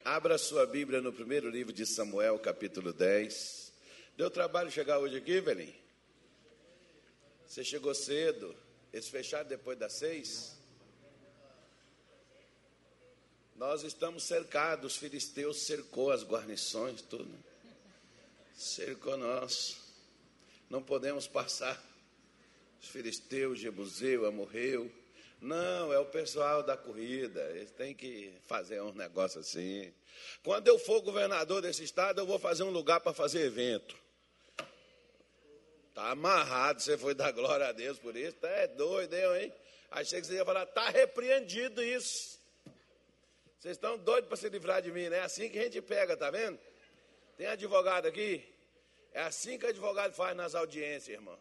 Abra sua Bíblia no primeiro livro de Samuel, capítulo 10. Deu trabalho chegar hoje aqui, velhinho? Você chegou cedo? Eles fecharam depois das 6? Nós estamos cercados, os filisteus cercou as guarnições, tudo. Cercou nós. Não podemos passar. Os filisteus, Jebuseu, Amorreu. Não, é o pessoal da corrida. Eles têm que fazer um negócio assim. Quando eu for governador desse estado, eu vou fazer um lugar para fazer evento. Está amarrado, você foi dar glória a Deus por isso. Tá doido, hein? Achei que você ia falar, está repreendido isso. Vocês estão doidos para se livrar de mim, né? É assim que a gente pega, tá vendo? Tem advogado aqui? É assim que o advogado faz nas audiências, irmão.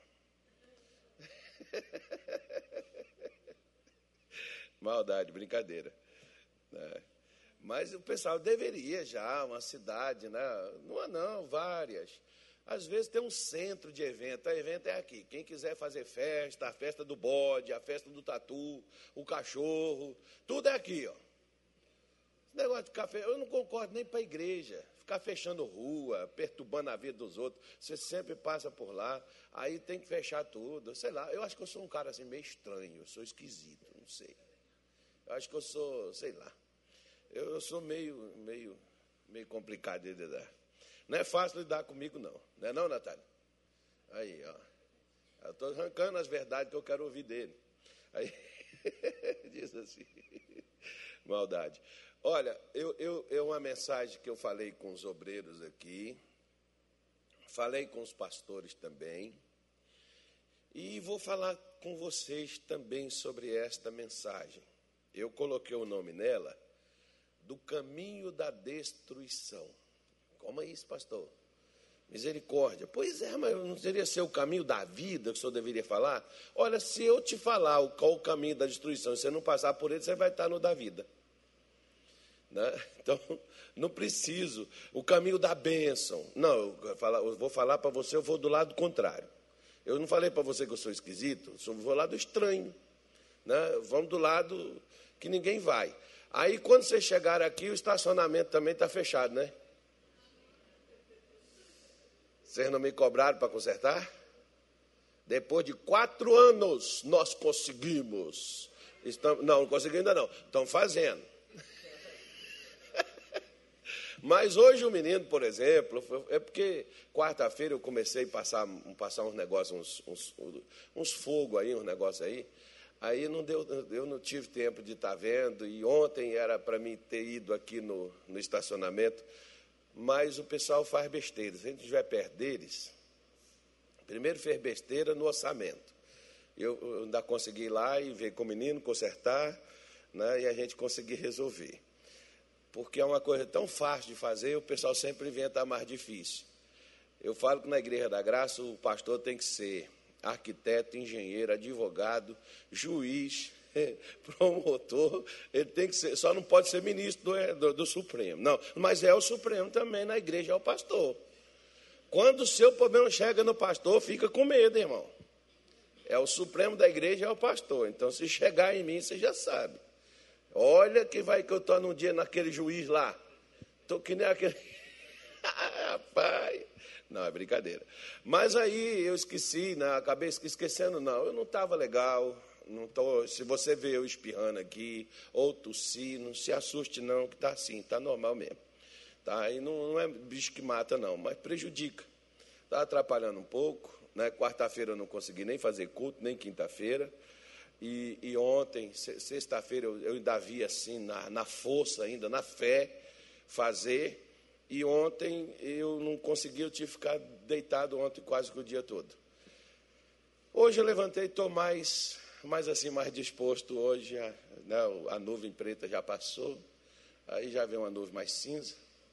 Maldade, brincadeira. Mas o pessoal deveria já, uma cidade, né? Não, várias. Às vezes tem um centro de evento, o evento é aqui. Quem quiser fazer festa, a festa do bode, a festa do tatu, o cachorro, tudo é aqui, ó. Esse negócio de café, eu não concordo nem para a igreja. Ficar fechando rua, perturbando a vida dos outros. Você sempre passa por lá, aí tem que fechar tudo. Sei lá, eu acho que eu sou um cara assim meio estranho, eu sou esquisito, não sei. Eu acho que eu sou, sei lá. Eu sou meio complicado de lidar. Não é fácil lidar comigo, não. Não é não, Natália? Aí, ó. Eu estou arrancando as verdades que eu quero ouvir dele. Aí, diz assim. Maldade. Olha, uma mensagem que eu falei com os obreiros aqui, falei com os pastores também, e vou falar com vocês também sobre esta mensagem. Eu coloquei o nome nela, do caminho da destruição. Como é isso, pastor? Misericórdia. Pois é, mas não deveria ser o caminho da vida que o senhor deveria falar? Olha, se eu te falar qual o caminho da destruição, e você não passar por ele, você vai estar no da vida. Né? Então, não preciso. O caminho da bênção. Não, eu vou falar para você, eu vou do lado contrário. Eu não falei para você que eu sou esquisito, eu vou do lado estranho. Né? Vamos do lado que ninguém vai. Aí, quando você chegar aqui, o estacionamento também está fechado, né? Vocês não me cobraram para consertar? Depois de 4 anos, nós conseguimos. Não conseguimos ainda não. Estão fazendo. Mas hoje o menino, por exemplo, é porque quarta-feira eu comecei a passar uns negócios, uns fogos aí, uns negócios aí. Aí não deu, eu não tive tempo de estar vendo, e ontem era para mim ter ido aqui no estacionamento, mas o pessoal faz besteira. Se a gente estiver perto deles, primeiro fez besteira no orçamento. Eu ainda consegui ir lá e ver com o menino, consertar, né, e a gente conseguir resolver. Porque é uma coisa tão fácil de fazer, o pessoal sempre inventa a mais difícil. Eu falo que na Igreja da Graça o pastor tem que ser arquiteto, engenheiro, advogado, juiz, promotor, ele tem que ser, só não pode ser ministro do Supremo. Não, mas é o Supremo também, na igreja é o pastor. Quando o seu problema chega no pastor, fica com medo, irmão. É o Supremo da igreja, é o pastor. Então, se chegar em mim, você já sabe. Olha que eu estou num dia naquele juiz lá. Estou que nem aquele... Rapaz... Não, é brincadeira. Mas aí eu esqueci, né? Acabei esquecendo, não. Eu não estava legal. Se você vê eu espirrando aqui, ou tossir, não se assuste não, que está assim, está normal mesmo. Tá? E não é bicho que mata, não, mas prejudica. Está atrapalhando um pouco. Né? Quarta-feira eu não consegui nem fazer culto, nem quinta-feira. E ontem, sexta-feira, eu ainda vi assim, na força ainda, na fé, fazer. E ontem eu não consegui, eu tive que ficar deitado ontem quase que o dia todo. Hoje eu levantei, estou mais disposto hoje. Né, a nuvem preta já passou, aí já vem uma nuvem mais cinza.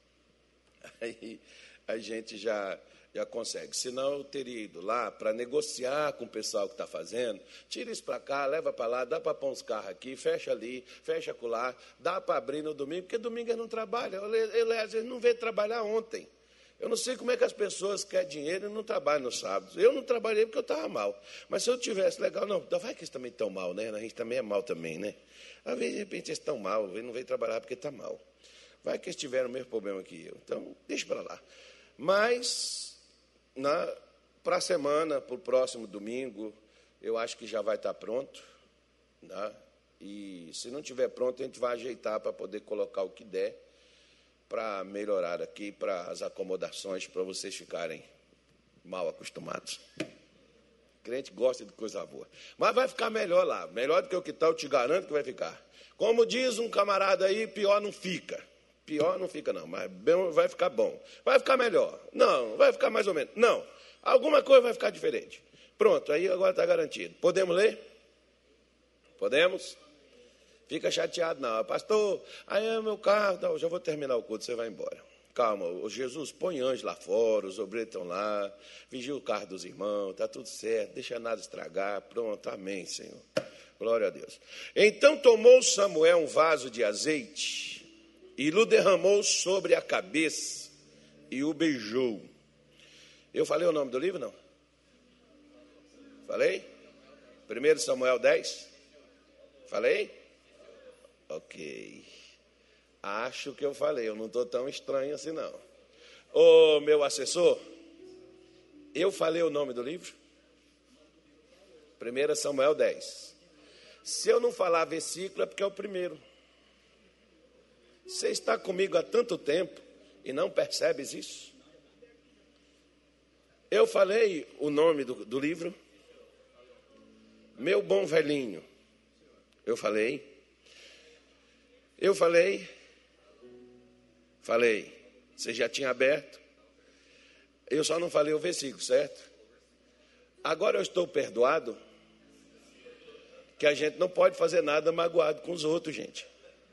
Aí a gente já consegue. Senão eu teria ido lá para negociar com o pessoal que está fazendo. Tira isso para cá, leva para lá, dá para pôr uns carros aqui, fecha ali, fecha acolá, dá para abrir no domingo, porque domingo eles não trabalham. Eles não veio trabalhar ontem. Eu não sei como é que as pessoas querem dinheiro e não trabalham no sábado. Eu não trabalhei porque eu estava mal. Mas se eu tivesse legal, não, vai que eles também estão mal, né? A gente também é mal também, né? Às vezes, de repente, eles estão mal, ele não veio trabalhar porque está mal. Vai que eles tiveram o mesmo problema que eu. Então, deixa para lá. Mas, para a semana, para o próximo domingo, eu acho que já vai estar pronto. Né? E, se não estiver pronto, a gente vai ajeitar para poder colocar o que der, para melhorar aqui, para as acomodações, para vocês ficarem mal acostumados. O crente gosta de coisa boa. Mas vai ficar melhor lá. Melhor do que o que está, eu te garanto que vai ficar. Como diz um camarada aí, pior não fica. Pior não fica, não, mas vai ficar bom. Vai ficar melhor. Não, vai ficar mais ou menos. Não, alguma coisa vai ficar diferente. Pronto, aí agora está garantido. Podemos ler? Podemos? Fica chateado, não. Pastor, aí é meu carro. Não, já vou terminar o culto, você vai embora. Calma, Jesus, põe anjos lá fora, os obreiros estão lá, vigia o carro dos irmãos, está tudo certo, deixa nada estragar. Pronto, amém, Senhor. Glória a Deus. Então tomou Samuel um vaso de azeite e o derramou sobre a cabeça e o beijou. Eu falei o nome do livro, não? Falei? 1 Samuel 10? Falei? Ok. Acho que eu falei, eu não estou tão estranho assim, não. Ô, meu assessor, eu falei o nome do livro? 1 Samuel 10. Se eu não falar versículo, é porque é o primeiro. Você está comigo há tanto tempo e não percebes isso? Eu falei o nome do livro? Meu bom velhinho. Eu falei? Falei. Você já tinha aberto? Eu só não falei o versículo, certo? Agora eu estou perdoado? Que a gente não pode fazer nada magoado com os outros, gente.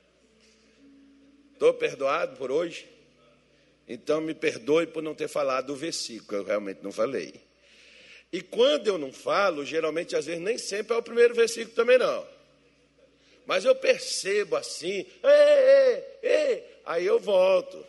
Estou perdoado por hoje? Então me perdoe por não ter falado o versículo, eu realmente não falei. E quando eu não falo, geralmente, às vezes, nem sempre é o primeiro versículo também não. Mas eu percebo assim, aí eu volto.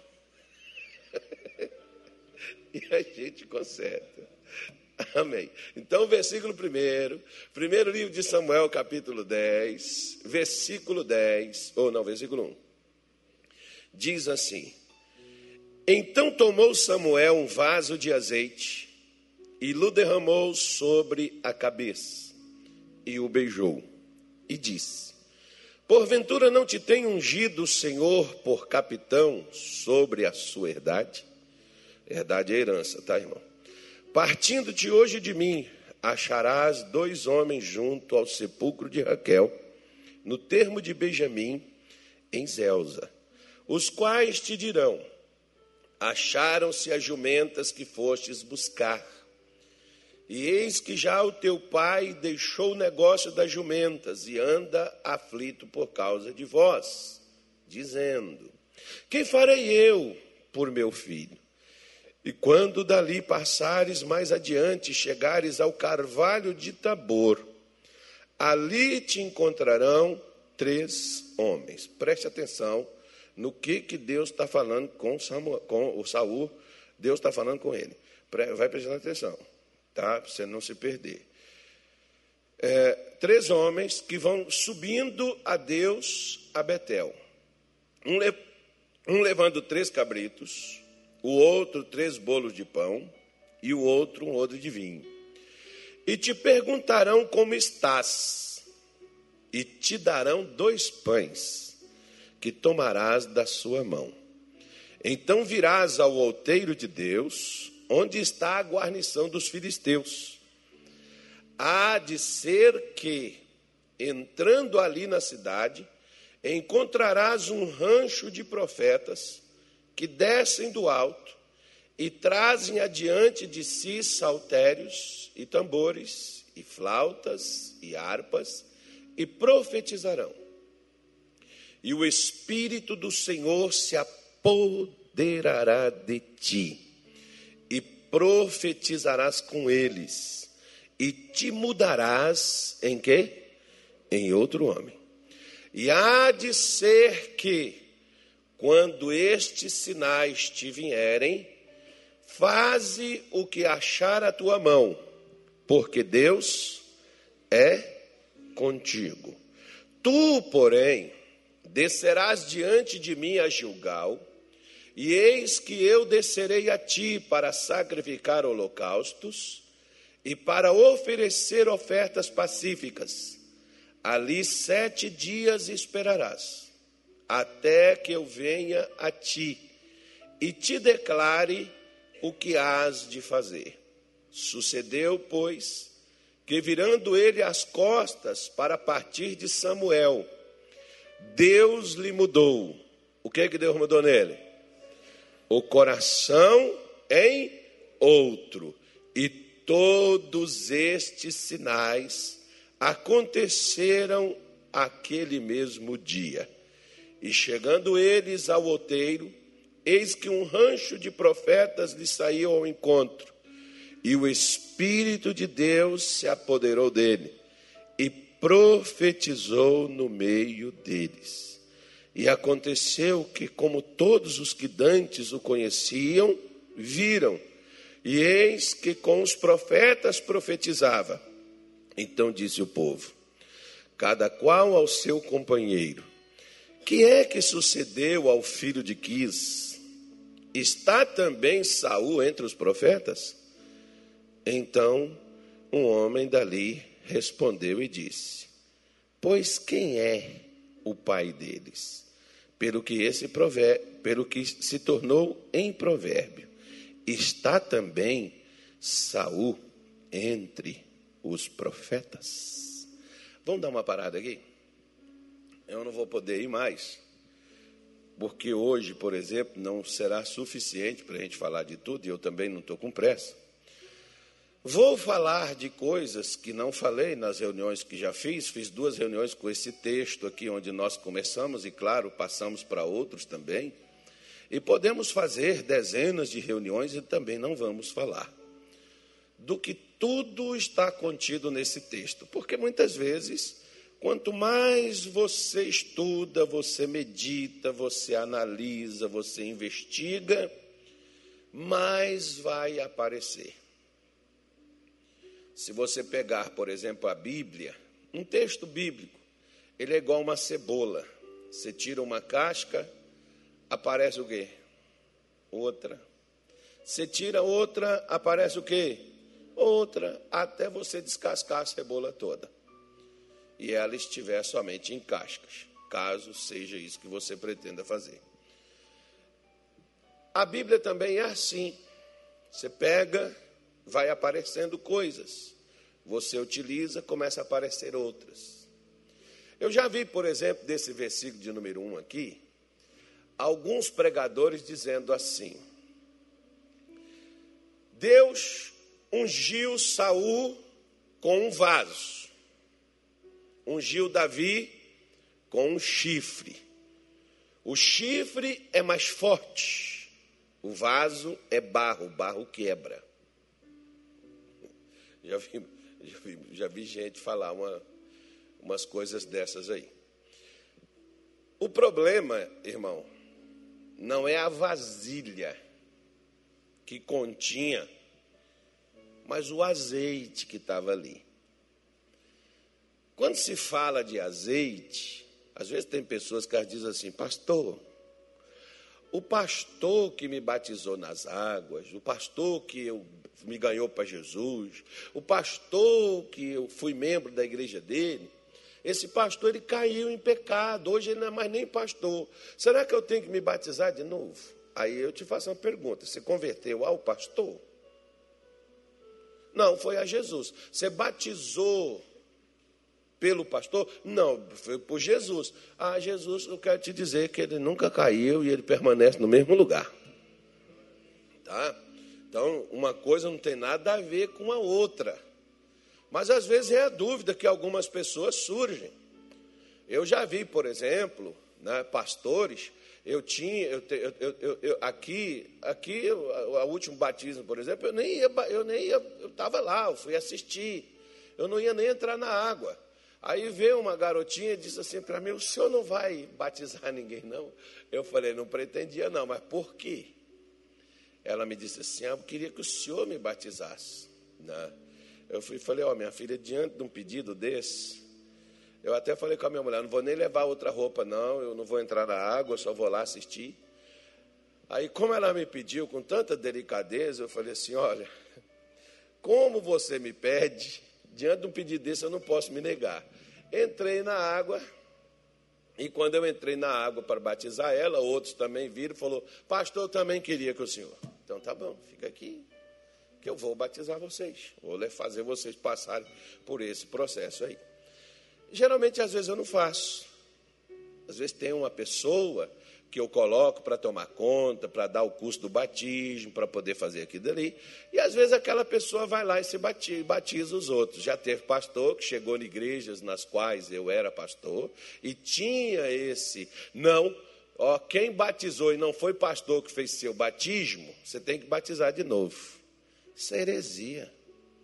E a gente conserta. Amém. Então, versículo primeiro livro de Samuel, capítulo 10, versículo 10, versículo 1. Diz assim: Então tomou Samuel um vaso de azeite e o derramou sobre a cabeça e o beijou e disse: Porventura não te tem ungido o Senhor por capitão sobre a sua herdade? Herdade é herança, tá, irmão? Partindo-te hoje de mim, acharás 2 homens junto ao sepulcro de Raquel, no termo de Benjamim, em Zelza, os quais te dirão: acharam-se as jumentas que fostes buscar. E eis que já o teu pai deixou o negócio das jumentas e anda aflito por causa de vós, dizendo: que farei eu por meu filho? E quando dali passares mais adiante, chegares ao carvalho de Tabor, ali te encontrarão 3 homens. Preste atenção no que Deus está falando com o Saul. Deus está falando com ele. Vai prestando atenção, tá? Para você não se perder. 3 homens que vão subindo a Deus a Betel. Um levando 3 cabritos, o outro 3 bolos de pão e o outro um odre de vinho. E te perguntarão como estás, e te darão 2 pães, que tomarás da sua mão. Então virás ao outeiro de Deus, onde está a guarnição dos filisteus. Há de ser que, entrando ali na cidade, encontrarás um rancho de profetas que descem do alto e trazem adiante de si saltérios e tambores e flautas e harpas e profetizarão. E o Espírito do Senhor se apoderará de ti e profetizarás com eles e te mudarás em quê? Em outro homem. E há de ser que, quando estes sinais te vierem, faze o que achar a tua mão, porque Deus é contigo. Tu, porém, descerás diante de mim a Gilgal, e eis que eu descerei a ti para sacrificar holocaustos e para oferecer ofertas pacíficas. Ali 7 dias esperarás, até que eu venha a ti e te declare o que hás de fazer. Sucedeu, pois, que virando ele as costas para partir de Samuel, Deus lhe mudou. O que Deus mudou nele? O coração em outro. E todos estes sinais aconteceram aquele mesmo dia. E chegando eles ao outeiro, eis que um rancho de profetas lhe saiu ao encontro. E o Espírito de Deus se apoderou dele e profetizou no meio deles. E aconteceu que, como todos os que dantes o conheciam, viram, e eis que com os profetas profetizava. Então disse o povo, cada qual ao seu companheiro, que é que sucedeu ao filho de Quis? Está também Saul entre os profetas? Então um homem dali respondeu e disse, pois quem é o pai deles? Pelo que se tornou em provérbio, está também Saul entre os profetas. Vamos dar uma parada aqui? Eu não vou poder ir mais, porque hoje, por exemplo, não será suficiente para a gente falar de tudo, e eu também não estou com pressa. Vou falar de coisas que não falei nas reuniões que já fiz 2 reuniões com esse texto aqui, onde nós começamos, e claro, passamos para outros também, e podemos fazer dezenas de reuniões e também não vamos falar do que tudo está contido nesse texto, porque muitas vezes, quanto mais você estuda, você medita, você analisa, você investiga, mais vai aparecer. Se você pegar, por exemplo, a Bíblia, um texto bíblico, ele é igual uma cebola. Você tira uma casca, aparece o quê? Outra. Você tira outra, aparece o quê? Outra, até você descascar a cebola toda. E ela estiver somente em cascas, caso seja isso que você pretenda fazer. A Bíblia também é assim. Você pega, vai aparecendo coisas. Você utiliza, começa a aparecer outras. Eu já vi, por exemplo, desse versículo de número 1 aqui, alguns pregadores dizendo assim, Deus ungiu Saul com um vaso, ungiu Davi com um chifre. O chifre é mais forte, o vaso é barro, o barro quebra. Já vi gente falar umas coisas dessas aí. O problema, irmão, não é a vasilha que continha, mas o azeite que estava ali. Quando se fala de azeite, às vezes tem pessoas que dizem assim, pastor, o pastor que me batizou nas águas, o pastor que me ganhou para Jesus, o pastor que eu fui membro da igreja dele, esse pastor ele caiu em pecado, hoje ele não é mais nem pastor. Será que eu tenho que me batizar de novo? Aí eu te faço uma pergunta, você converteu ao pastor? Não, foi a Jesus. Você batizou pelo pastor? Não, foi por Jesus. Ah, Jesus, eu quero te dizer que ele nunca caiu e ele permanece no mesmo lugar. Tá? Então, uma coisa não tem nada a ver com a outra. Mas, às vezes, é a dúvida que algumas pessoas surgem. Eu já vi, por exemplo, né, pastores, aqui, o último batismo, por exemplo, eu estava lá, eu fui assistir, eu não ia nem entrar na água. Aí veio uma garotinha e disse assim para mim, o senhor não vai batizar ninguém, não? Eu falei, não pretendia não, mas por quê? Ela me disse assim, eu queria que o senhor me batizasse. Né? Eu falei, minha filha, diante de um pedido desse, Eu até falei com a minha mulher, não vou nem levar outra roupa, não, eu não vou entrar na água, só vou lá assistir. Aí, como ela me pediu com tanta delicadeza, eu falei assim, olha, como você me pede, diante de um pedido desse eu não posso me negar. Entrei na água, e quando eu entrei na água para batizar ela, outros também viram e falaram, pastor, eu também queria que o senhor. Então, tá bom, fica aqui, que eu vou batizar vocês, vou fazer vocês passarem por esse processo aí. Geralmente, às vezes, eu não faço. Às vezes tem uma pessoa que eu coloco para tomar conta, para dar o curso do batismo, para poder fazer aquilo ali. E, às vezes, aquela pessoa vai lá e se batiza os outros. Já teve pastor que chegou em igrejas nas quais eu era pastor e tinha esse... Não, ó, quem batizou e não foi pastor que fez seu batismo, você tem que batizar de novo. Isso é heresia.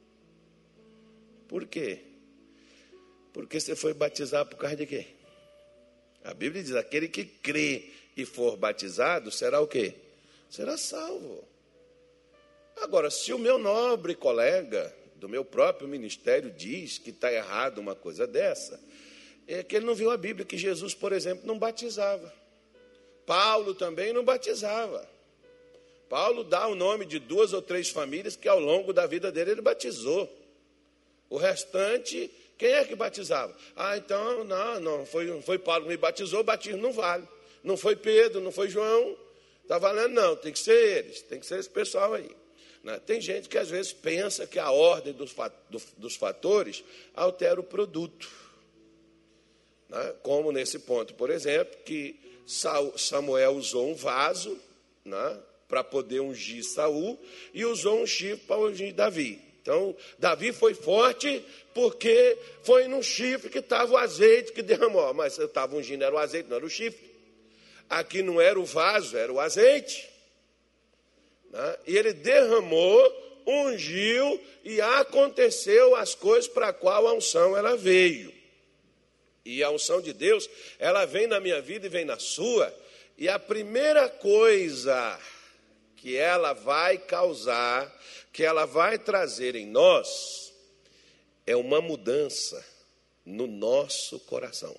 Por quê? Porque você foi batizar por causa de quê? A Bíblia diz, aquele que crê e for batizado, será o quê? Será salvo. Agora, se o meu nobre colega do meu próprio ministério diz que está errado uma coisa dessa, é que ele não viu a Bíblia, que Jesus, por exemplo, não batizava. Paulo também não batizava. Paulo dá o nome de 2 ou 3 famílias que ao longo da vida dele ele batizou. O restante... Quem é que batizava? Então, não foi Paulo que me batizou, o batismo não vale. Não foi Pedro, não foi João, está valendo não, tem que ser eles, tem que ser esse pessoal aí. Tem gente que às vezes pensa que a ordem dos fatores altera o produto. Como nesse ponto, por exemplo, que Samuel usou um vaso para poder ungir Saul e usou um chifre para ungir Davi. Então, Davi foi forte porque foi num chifre que estava o azeite que derramou. Mas eu estava ungindo, era o azeite, não era o chifre. Aqui não era o vaso, era o azeite. E ele derramou, ungiu e aconteceu as coisas para a qual a unção ela veio. E a unção de Deus, ela vem na minha vida e vem na sua. E a primeira coisa que ela vai causar, que ela vai trazer em nós, é uma mudança no nosso coração.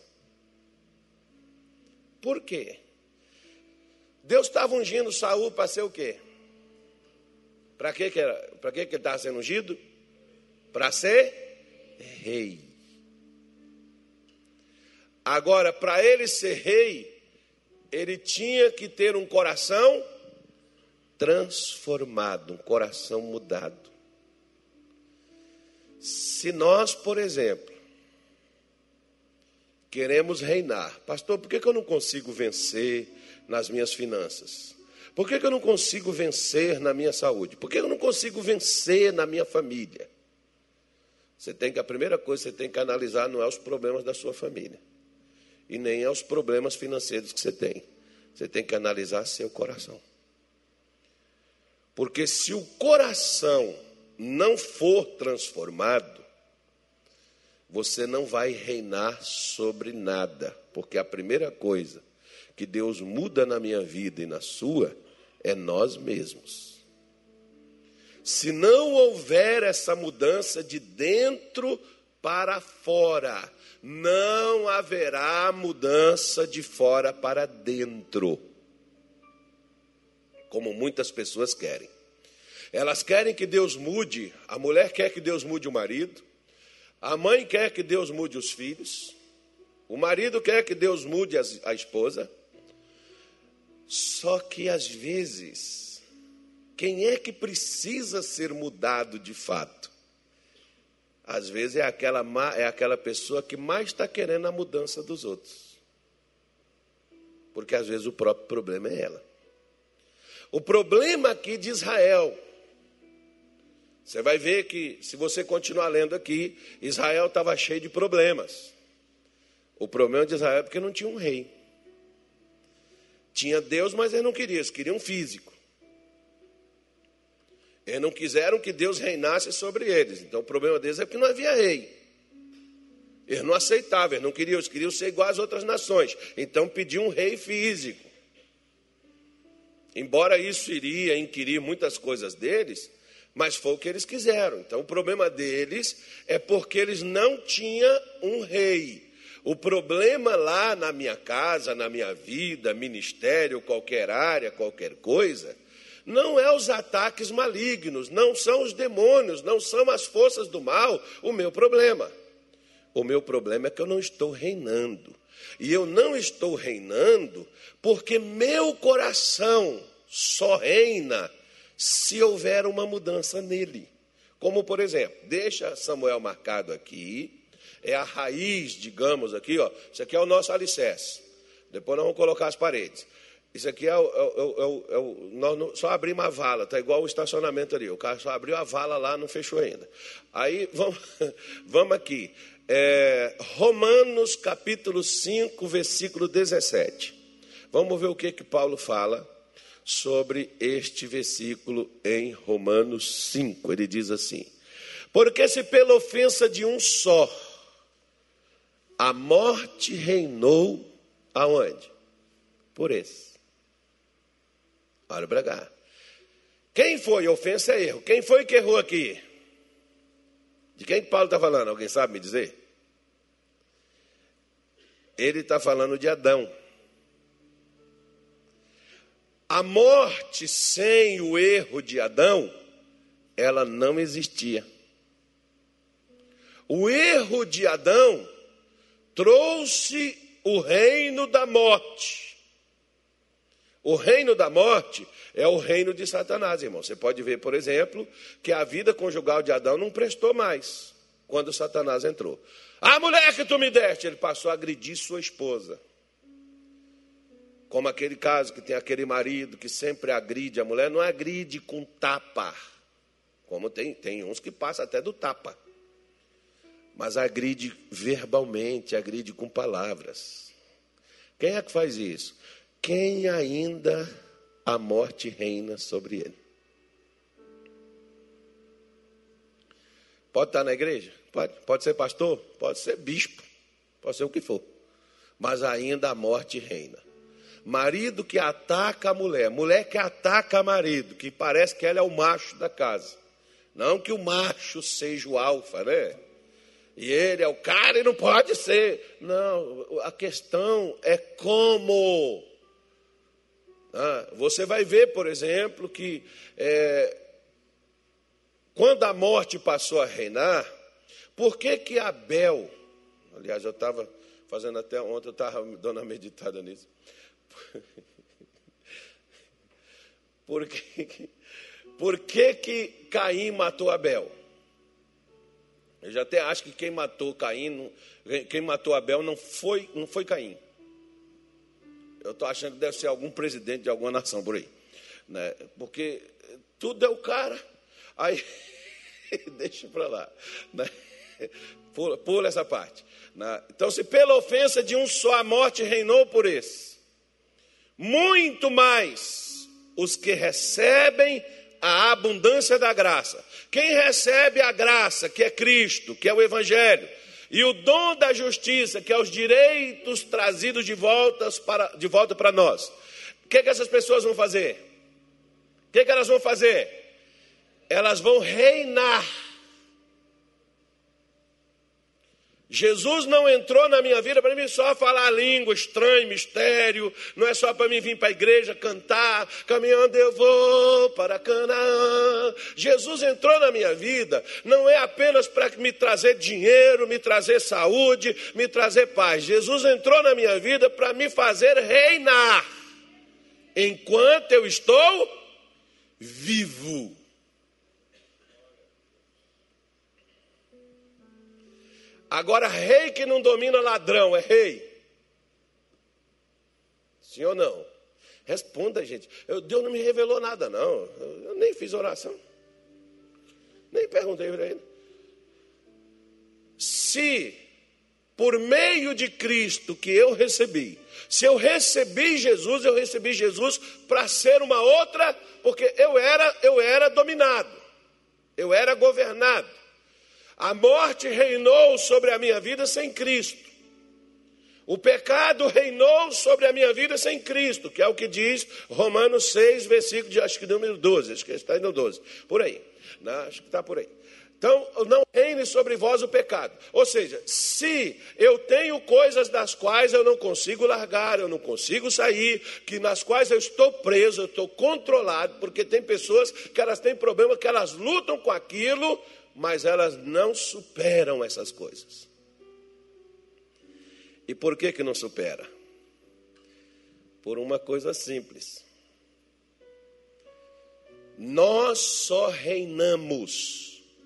Por quê? Deus estava ungindo Saul para ser o quê? Para que ele estava sendo ungido? Para ser rei. Agora, para ele ser rei, ele tinha que ter um coração transformado, um coração mudado. Se nós, por exemplo, queremos reinar, pastor, por que eu não consigo vencer nas minhas finanças? Por que eu não consigo vencer na minha saúde? Por que eu não consigo vencer na minha família? A primeira coisa que você tem que analisar não é os problemas da sua família e nem é os problemas financeiros que você tem. Você tem que analisar seu coração. Porque se o coração não for transformado, você não vai reinar sobre nada. Porque a primeira coisa que Deus muda na minha vida e na sua é nós mesmos. Se não houver essa mudança de dentro para fora, não haverá mudança de fora para dentro. Como muitas pessoas querem. Elas querem que Deus mude, a mulher quer que Deus mude o marido, a mãe quer que Deus mude os filhos, o marido quer que Deus mude a esposa. Só que às vezes, quem é que precisa ser mudado de fato? Às vezes é aquela pessoa que mais está querendo a mudança dos outros. Porque às vezes o próprio problema é ela. O problema aqui de Israel, você vai ver que, se você continuar lendo aqui, Israel estava cheio de problemas. O problema de Israel é porque não tinha um rei. Tinha Deus, mas eles não queriam, eles queriam um físico. Eles não quiseram que Deus reinasse sobre eles. Então o problema deles é que não havia rei. Eles não aceitavam, eles não queriam, eles queriam ser iguais às outras nações. Então pediam um rei físico. Embora isso iria inquirir muitas coisas deles, mas foi o que eles quiseram. Então o problema deles é porque eles não tinham um rei. O problema lá na minha casa, na minha vida, ministério, qualquer área, qualquer coisa, não é os ataques malignos, não são os demônios, não são as forças do mal o meu problema. O meu problema é que eu não estou reinando. E eu não estou reinando porque meu coração só reina se houver uma mudança nele. Como, por exemplo, deixa Samuel marcado aqui, é a raiz, digamos, aqui, ó. Isso aqui é o nosso alicerce. Depois nós vamos colocar as paredes. Isso aqui nós só abrimos a vala, está igual o estacionamento ali. O cara só abriu a vala lá, não fechou ainda. Aí, vamos aqui. Romanos capítulo 5, versículo 17. Vamos ver o que Paulo fala sobre este versículo em Romanos 5. Ele diz assim: porque se pela ofensa de um só a morte reinou aonde? Por esse. Olha para cá. Quem foi? Ofensa é erro. Quem foi que errou aqui? De quem Paulo está falando? Alguém sabe me dizer? Ele está falando de Adão. A morte sem o erro de Adão, ela não existia. O erro de Adão trouxe o reino da morte. O reino da morte é o reino de Satanás, irmão. Você pode ver, por exemplo, que a vida conjugal de Adão não prestou mais quando Satanás entrou. A mulher que tu me deste, ele passou a agredir sua esposa. Como aquele caso que tem aquele marido que sempre agride a mulher, não agride com tapa. Como tem uns que passam até do tapa. Mas agride verbalmente, agride com palavras. Quem é que faz isso? Quem ainda a morte reina sobre ele. Pode estar na igreja? Pode ser pastor? Pode ser bispo? Pode ser o que for. Mas ainda a morte reina. Marido que ataca a mulher, mulher que ataca marido, que parece que ela é o macho da casa. Não que o macho seja o alfa, né? E ele é o cara e não pode ser. Não, a questão é como. Você vai ver, por exemplo, que quando a morte passou a reinar, por que Abel, aliás, eu estava fazendo até ontem, eu estava dando uma meditada nisso. Por que Caim matou Abel? Eu já até acho que quem matou quem matou Abel não foi Caim. Eu estou achando que deve ser algum presidente de alguma nação por aí, né? Porque tudo é o cara. Aí, deixa para lá, né? Pula essa parte, né? Então, se pela ofensa de um só a morte reinou por esse, muito mais os que recebem a abundância da graça. Quem recebe a graça, que é Cristo, que é o Evangelho, e o dom da justiça, que é os direitos trazidos de volta para nós. O que essas pessoas vão fazer? O que elas vão fazer? Elas vão reinar. Jesus não entrou na minha vida para mim só falar língua, estranho, mistério. Não é só para mim vir para a igreja cantar, caminhando eu vou para Canaã. Jesus entrou na minha vida, não é apenas para me trazer dinheiro, me trazer saúde, me trazer paz. Jesus entrou na minha vida para me fazer reinar, enquanto eu estou vivo. Agora, rei que não domina ladrão é rei? Sim ou não? Responda, gente. Deus não me revelou nada, não. Eu nem fiz oração. Nem perguntei para ele. Se, por meio de Cristo que eu recebi, se eu recebi Jesus para ser uma outra, porque eu era dominado, eu era governado. A morte reinou sobre a minha vida sem Cristo. O pecado reinou sobre a minha vida sem Cristo, que é o que diz Romanos 6, versículo de, acho que número 12, acho que está aí no 12, por aí, né? Acho que está por aí. Então, não reine sobre vós o pecado. Ou seja, se eu tenho coisas das quais eu não consigo largar, eu não consigo sair, nas quais eu estou preso, eu estou controlado, porque tem pessoas que elas têm problema, que elas lutam com aquilo, mas elas não superam essas coisas. E por que não supera? Por uma coisa simples. Nós só reinamos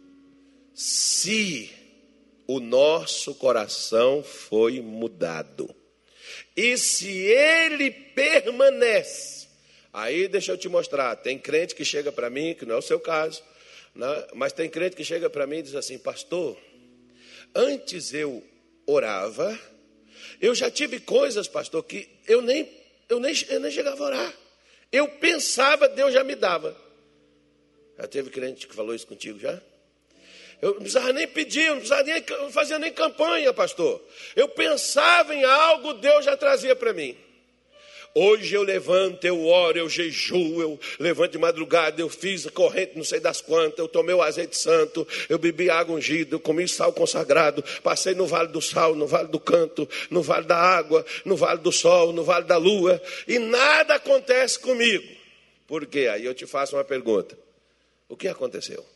se o nosso coração foi mudado. E se ele permanece. Aí deixa eu te mostrar. Tem crente que chega para mim, que não é o seu caso, né? Mas tem crente que chega para mim e diz assim: pastor, antes eu orava, eu já tive coisas, pastor, que eu nem chegava a orar. Eu pensava, Deus já me dava. Já teve crente que falou isso contigo já? Eu não precisava nem pedir, não fazia nem campanha, pastor. Eu pensava em algo, Deus já trazia para mim. Hoje eu levanto, eu oro, eu jejuo, eu levanto de madrugada, eu fiz a corrente não sei das quantas, eu tomei o azeite santo, eu bebi água ungida, eu comi sal consagrado, passei no vale do sal, no vale do canto, no vale da água, no vale do sol, no vale da lua, e nada acontece comigo. Por quê? Aí eu te faço uma pergunta. O que aconteceu?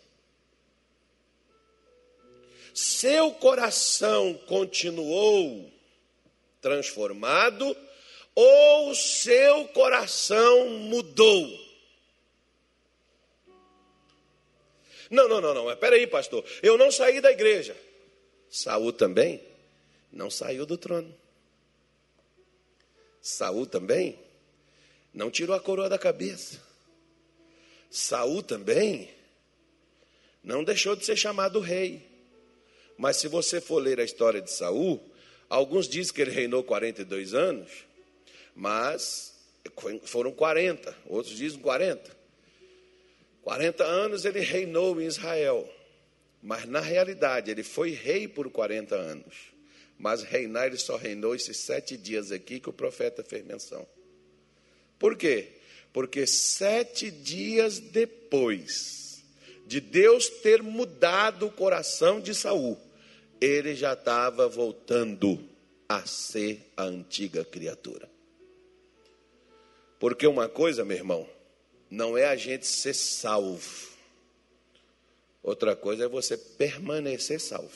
Seu coração continuou transformado ou seu coração mudou? Não. Espera aí, pastor. Eu não saí da igreja. Saul também não saiu do trono. Saul também não tirou a coroa da cabeça. Saul também não deixou de ser chamado rei. Mas se você for ler a história de Saul, alguns dizem que ele reinou 42 anos, mas foram 40, outros dizem 40. 40 anos ele reinou em Israel, mas na realidade ele foi rei por 40 anos. Mas reinar ele só reinou esses 7 dias aqui que o profeta fez menção. Por quê? Porque 7 dias depois de Deus ter mudado o coração de Saul, ele já estava voltando a ser a antiga criatura. Porque uma coisa, meu irmão, não é a gente ser salvo. Outra coisa é você permanecer salvo.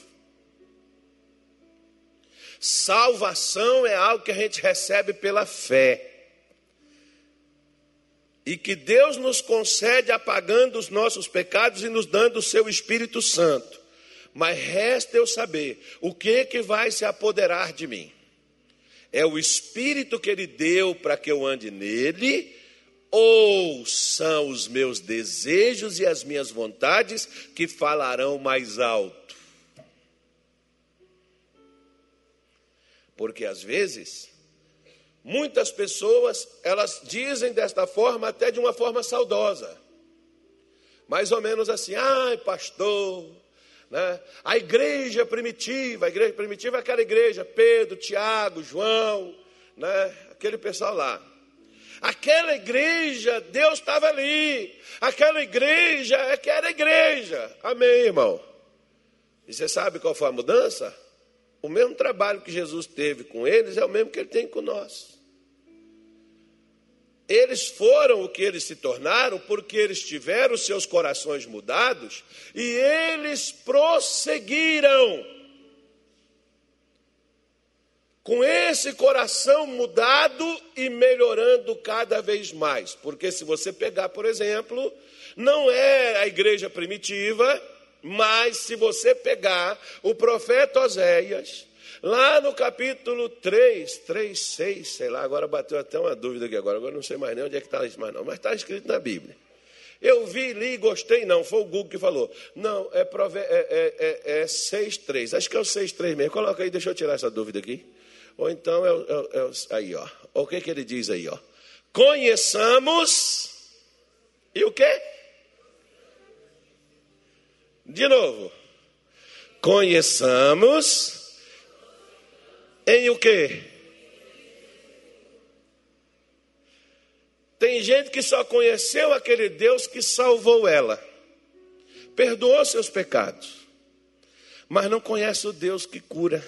Salvação é algo que a gente recebe pela fé. E que Deus nos concede apagando os nossos pecados e nos dando o seu Espírito Santo. Mas resta eu saber o que vai se apoderar de mim. É o Espírito que Ele deu para que eu ande nele, ou são os meus desejos e as minhas vontades que falarão mais alto? Porque às vezes, muitas pessoas, elas dizem desta forma, até de uma forma saudosa. Mais ou menos assim: ai, pastor, né? A igreja primitiva é aquela igreja, Pedro, Tiago, João, né? Aquele pessoal lá. Aquela igreja, Deus estava ali. Aquela igreja é que era igreja. Amém, irmão? E você sabe qual foi a mudança? O mesmo trabalho que Jesus teve com eles é o mesmo que Ele tem com nós. Eles foram o que eles se tornaram porque eles tiveram os seus corações mudados e eles prosseguiram com esse coração mudado e melhorando cada vez mais. Porque se você pegar, por exemplo, não é a igreja primitiva, mas se você pegar o profeta Oséias, lá no capítulo 3, 6, sei lá, agora bateu até uma dúvida aqui agora não sei mais nem onde é que está isso mais não, mas está escrito na Bíblia. Eu vi, li, gostei, não, foi o Google que falou. Não, é 6:3, acho que é o 6:3 mesmo, coloca aí, deixa eu tirar essa dúvida aqui. Ou então, aí ó, o que ele diz aí ó? Conheçamos, e o quê? De novo, conheçamos em o quê? Tem gente que só conheceu aquele Deus que salvou ela. perdoou seus pecados, mas não conhece o Deus que cura.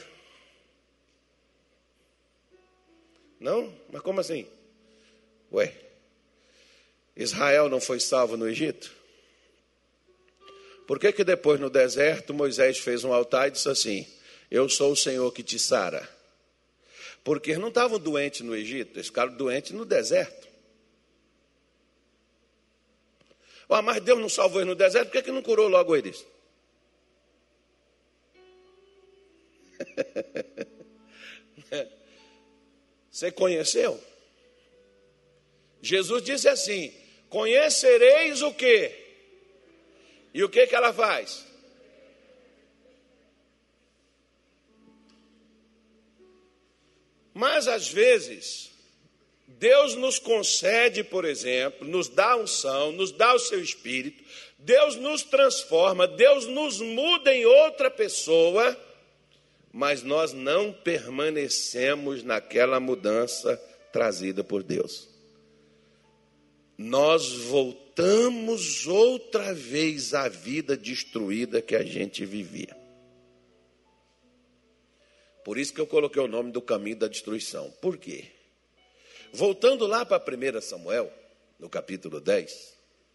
Não? Mas como assim? Ué, Israel não foi salvo no Egito? Por que depois no deserto Moisés fez um altar e disse assim: eu sou o Senhor que te sara? Porque eles não estavam doentes no Egito, eles ficaram doentes no deserto. Mas Deus não salvou eles no deserto, por que não curou logo eles? Você conheceu? Jesus disse assim: conhecereis o quê? E o que ela faz? Mas às vezes, Deus nos concede, por exemplo, nos dá a unção, nos dá o seu Espírito, Deus nos transforma, Deus nos muda em outra pessoa, mas nós não permanecemos naquela mudança trazida por Deus. Nós voltamos outra vez à vida destruída que a gente vivia. Por isso que eu coloquei o nome do caminho da destruição. Por quê? Voltando lá para 1 Samuel, no capítulo 10,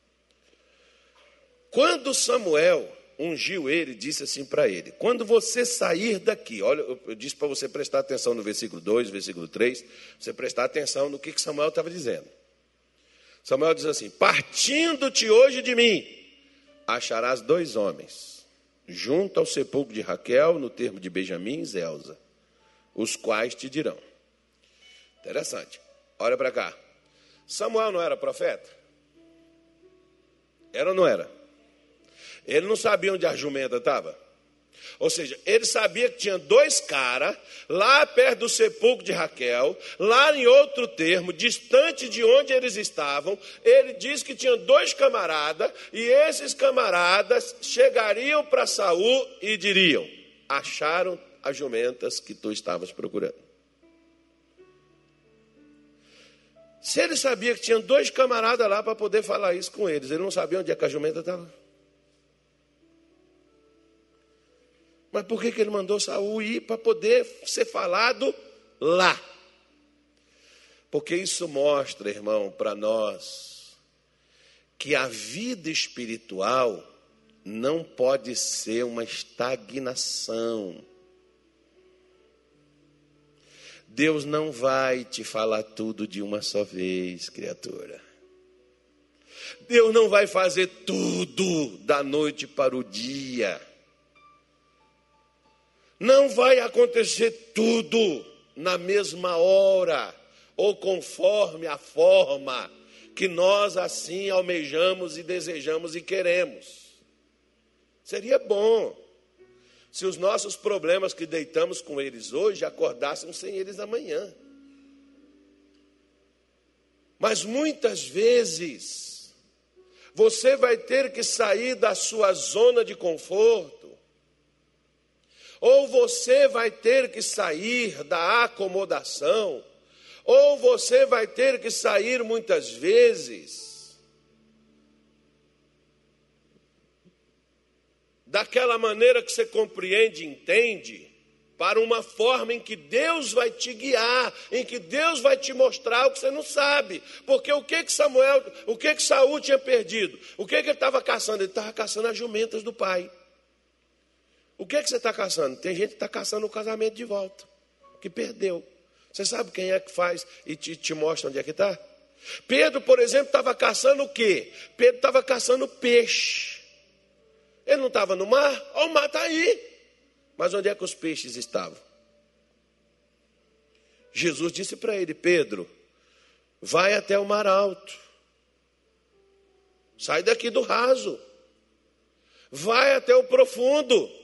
quando Samuel ungiu ele, disse assim para ele: quando você sair daqui, olha, eu disse para você prestar atenção no versículo 2, versículo 3, você prestar atenção no que Samuel estava dizendo. Samuel diz assim: partindo-te hoje de mim, acharás 2 homens, junto ao sepulcro de Raquel, no termo de Benjamim e Zelza, os quais te dirão. Interessante. Olha para cá. Samuel não era profeta? Era ou não era? Ele não sabia onde a jumenta estava? Ou seja, ele sabia que tinha 2 caras lá perto do sepulcro de Raquel, lá em outro termo, distante de onde eles estavam. Ele disse que tinha 2 camaradas, e esses camaradas chegariam para Saul e diriam: acharam as jumentas que tu estavas procurando. Se ele sabia que tinha 2 camaradas lá para poder falar isso com eles, ele não sabia onde é que a jumenta estava? Mas por que ele mandou Saul ir para poder ser falado lá? Porque isso mostra, irmão, para nós, que a vida espiritual não pode ser uma estagnação. Deus não vai te falar tudo de uma só vez, criatura. Deus não vai fazer tudo da noite para o dia. Não vai acontecer tudo na mesma hora, ou conforme a forma que nós assim almejamos e desejamos e queremos. Seria bom se os nossos problemas que deitamos com eles hoje acordássemos sem eles amanhã. Mas muitas vezes você vai ter que sair da sua zona de conforto, ou você vai ter que sair da acomodação, ou você vai ter que sair muitas vezes daquela maneira que você compreende e entende, para uma forma em que Deus vai te guiar, em que Deus vai te mostrar o que você não sabe. Porque o que Saul tinha perdido? O que ele estava caçando? Ele estava caçando as jumentas do pai. O que você está caçando? Tem gente que está caçando o casamento de volta, que perdeu. Você sabe quem é que faz e te mostra onde é que está? Pedro, por exemplo, estava caçando o quê? Pedro estava caçando peixe. Ele não estava no mar? O mar está aí. Mas onde é que os peixes estavam? Jesus disse para ele: Pedro, vai até o mar alto. Sai daqui do raso. Vai até o profundo.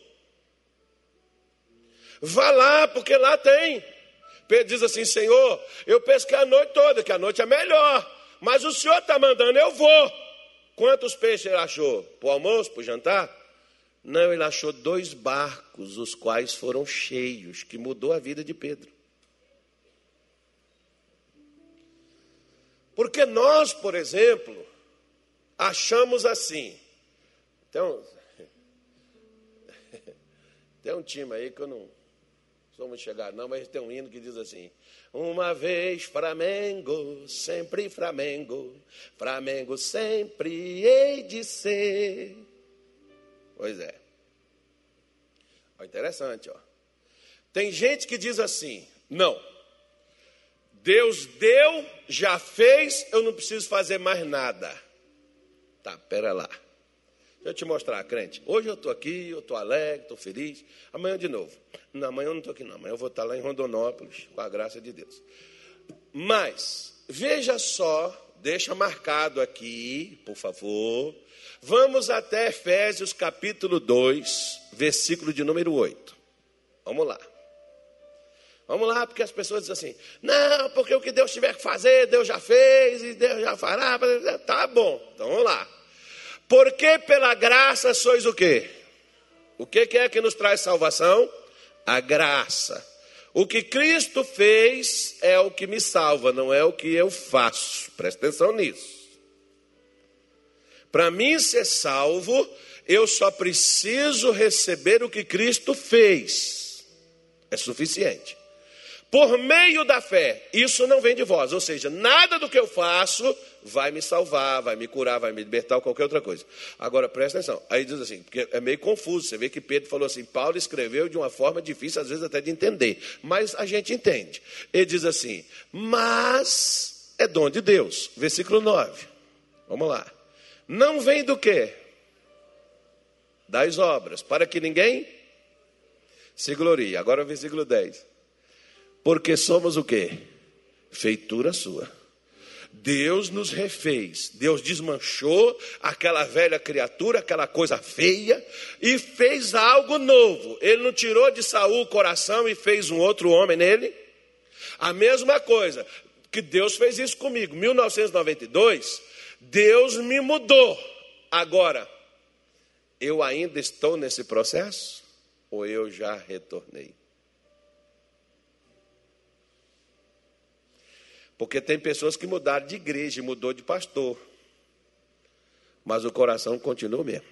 Vá lá, porque lá tem. Pedro diz assim: Senhor, eu pesquei a noite toda, que a noite é melhor, mas o Senhor está mandando, eu vou. Quantos peixes ele achou? Para o almoço, para o jantar? Não, ele achou 2 barcos, os quais foram cheios, que mudou a vida de Pedro. Porque nós, por exemplo, achamos assim. Então, Tem um time aí que eu não sou muito chegado, não, mas tem um hino que diz assim: uma vez Flamengo, sempre Flamengo, Flamengo sempre hei de ser. Pois é. Interessante, ó. Tem gente que diz assim: não, Deus deu, já fez, eu não preciso fazer mais nada. Tá, pera lá. Deixa eu te mostrar, crente. Hoje eu estou aqui, eu estou alegre, estou feliz. Amanhã de novo. Não, amanhã eu não estou aqui não. Amanhã eu vou estar lá em Rondonópolis, com a graça de Deus. Mas, veja só, deixa marcado aqui, por favor. Vamos até Efésios capítulo 2, versículo de número 8. Vamos lá. Vamos lá, porque as pessoas dizem assim: não, porque o que Deus tiver que fazer, Deus já fez e Deus já fará. Tá bom, então vamos lá. Porque pela graça sois o quê? O que é que nos traz salvação? A graça. O que Cristo fez é o que me salva, não é o que eu faço. Presta atenção nisso. Para mim ser salvo, eu só preciso receber o que Cristo fez. É suficiente. Por meio da fé, isso não vem de vós, ou seja, nada do que eu faço vai me salvar, vai me curar, vai me libertar ou qualquer outra coisa. Agora, presta atenção, aí diz assim, porque é meio confuso, você vê que Pedro falou assim, Paulo escreveu de uma forma difícil, às vezes até de entender, mas a gente entende. Ele diz assim, mas é dom de Deus, versículo 9, vamos lá. Não vem do quê? Das obras, para que ninguém se glorie. Agora o versículo 10. Porque somos o quê? Feitura sua. Deus nos refez. Deus desmanchou aquela velha criatura, aquela coisa feia, e fez algo novo. Ele não tirou de Saul o coração e fez um outro homem nele? A mesma coisa, que Deus fez isso comigo. Em 1992, Deus me mudou. Agora, eu ainda estou nesse processo? Ou eu já retornei? Porque tem pessoas que mudaram de igreja, mudou de pastor. Mas o coração continua o mesmo.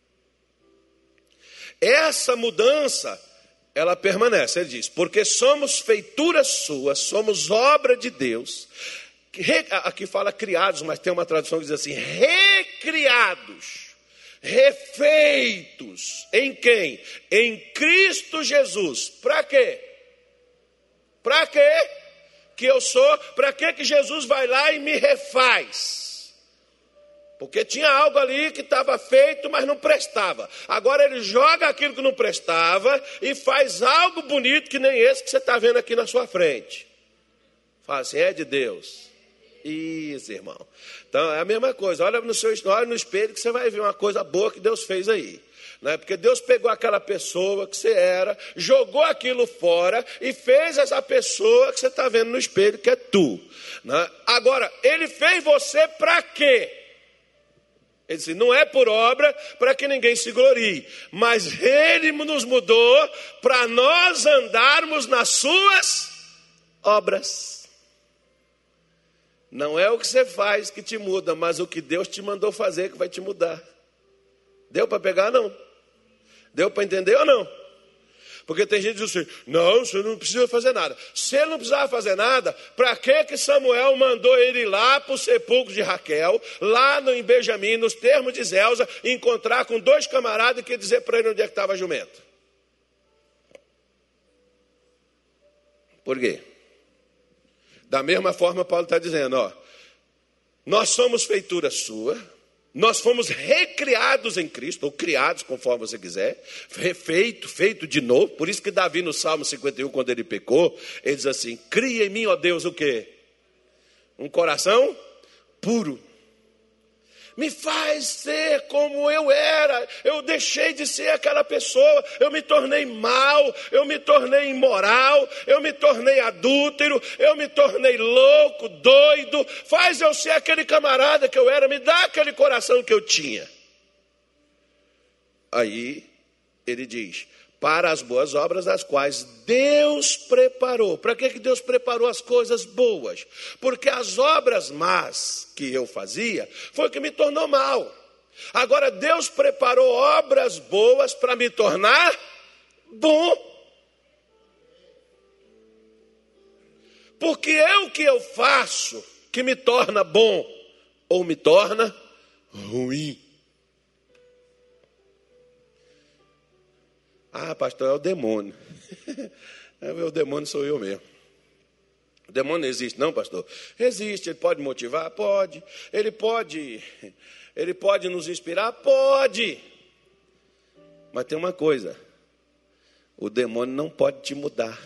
Essa mudança, ela permanece. Ele diz, porque somos feitura sua, somos obra de Deus. Aqui fala criados, mas tem uma tradução que diz assim, recriados, refeitos. Em quem? Em Cristo Jesus. Para quê? Para quê? Que eu sou, para que Jesus vai lá e me refaz? Porque tinha algo ali que estava feito, mas não prestava. Agora ele joga aquilo que não prestava e faz algo bonito que nem esse que você está vendo aqui na sua frente. Fala assim, é de Deus. Isso, irmão. Então é a mesma coisa, olha no espelho que você vai ver uma coisa boa que Deus fez aí. Né? Porque Deus pegou aquela pessoa que você era, jogou aquilo fora e fez essa pessoa que você está vendo no espelho, que é tu. Né? Agora, ele fez você para quê? Ele disse, não é por obra para que ninguém se glorie, mas ele nos mudou para nós andarmos nas suas obras. Não é o que você faz que te muda, mas o que Deus te mandou fazer que vai te mudar. Deu para pegar, não? Deu para entender ou não? Porque tem gente que diz assim, não, você não precisa fazer nada. Se ele não precisava fazer nada, para que Samuel mandou ele ir lá para o sepulcro de Raquel, lá em Benjamim, nos termos de Zelza, encontrar com dois camaradas que dizer para ele onde é que estava a jumenta? Por quê? Da mesma forma, Paulo está dizendo, ó, nós somos feitura sua, nós fomos recriados em Cristo, ou criados, conforme você quiser, feito de novo. Por isso que Davi, no Salmo 51, quando ele pecou, ele diz assim, cria em mim, ó Deus, o quê? Um coração puro. Me faz ser como eu era. Eu deixei de ser aquela pessoa. Eu me tornei mau, eu me tornei imoral, eu me tornei adúltero, eu me tornei louco, doido. Faz eu ser aquele camarada que eu era. Me dá aquele coração que eu tinha. Aí ele diz, para as boas obras das quais Deus preparou. Para que Deus preparou as coisas boas? Porque as obras más que eu fazia foi o que me tornou mal. Agora Deus preparou obras boas para me tornar bom. Porque é o que eu faço que me torna bom ou me torna ruim. Ah, pastor, é o demônio. O demônio sou eu mesmo. O demônio não existe, não, pastor? Existe, ele pode motivar? Pode. Ele pode nos inspirar? Pode. Mas tem uma coisa, o demônio não pode te mudar.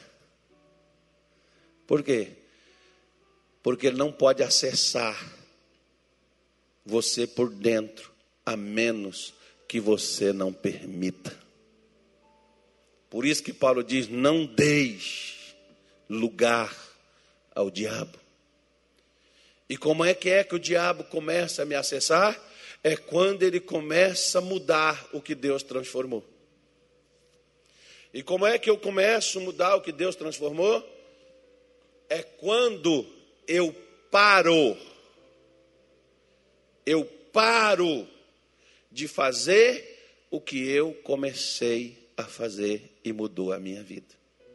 Por quê? Porque ele não pode acessar você por dentro, a menos que você não permita. Por isso que Paulo diz, não deis lugar ao diabo. E como é que o diabo começa a me acessar? É quando ele começa a mudar o que Deus transformou. E como é que eu começo a mudar o que Deus transformou? É quando eu paro de fazer o que eu comecei a fazer e mudou a minha vida.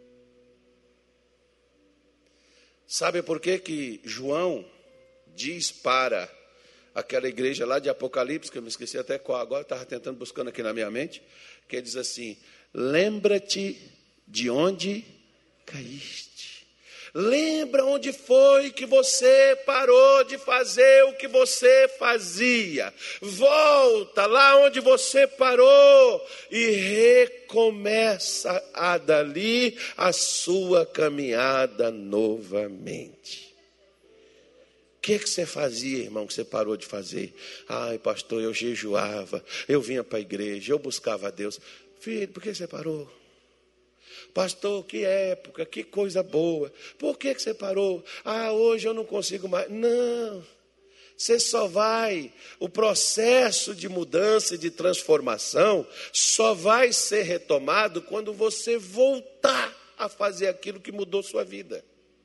Sabe por que João diz para aquela igreja lá de Apocalipse, que eu me esqueci até qual agora, estava tentando buscando aqui na minha mente, que ele diz assim, lembra-te de onde caíste. Lembra onde foi que você parou de fazer o que você fazia. Volta lá onde você parou e recomeça dali a sua caminhada novamente. O que você fazia, irmão, que você parou de fazer? Ai, pastor, eu jejuava, eu vinha para a igreja, eu buscava a Deus. Filho, por que você parou? Pastor, que época, que coisa boa. Por que você parou? Ah, hoje eu não consigo mais. Não, você só vai, o processo de mudança e de transformação só vai ser retomado quando você voltar a fazer aquilo que mudou sua vida.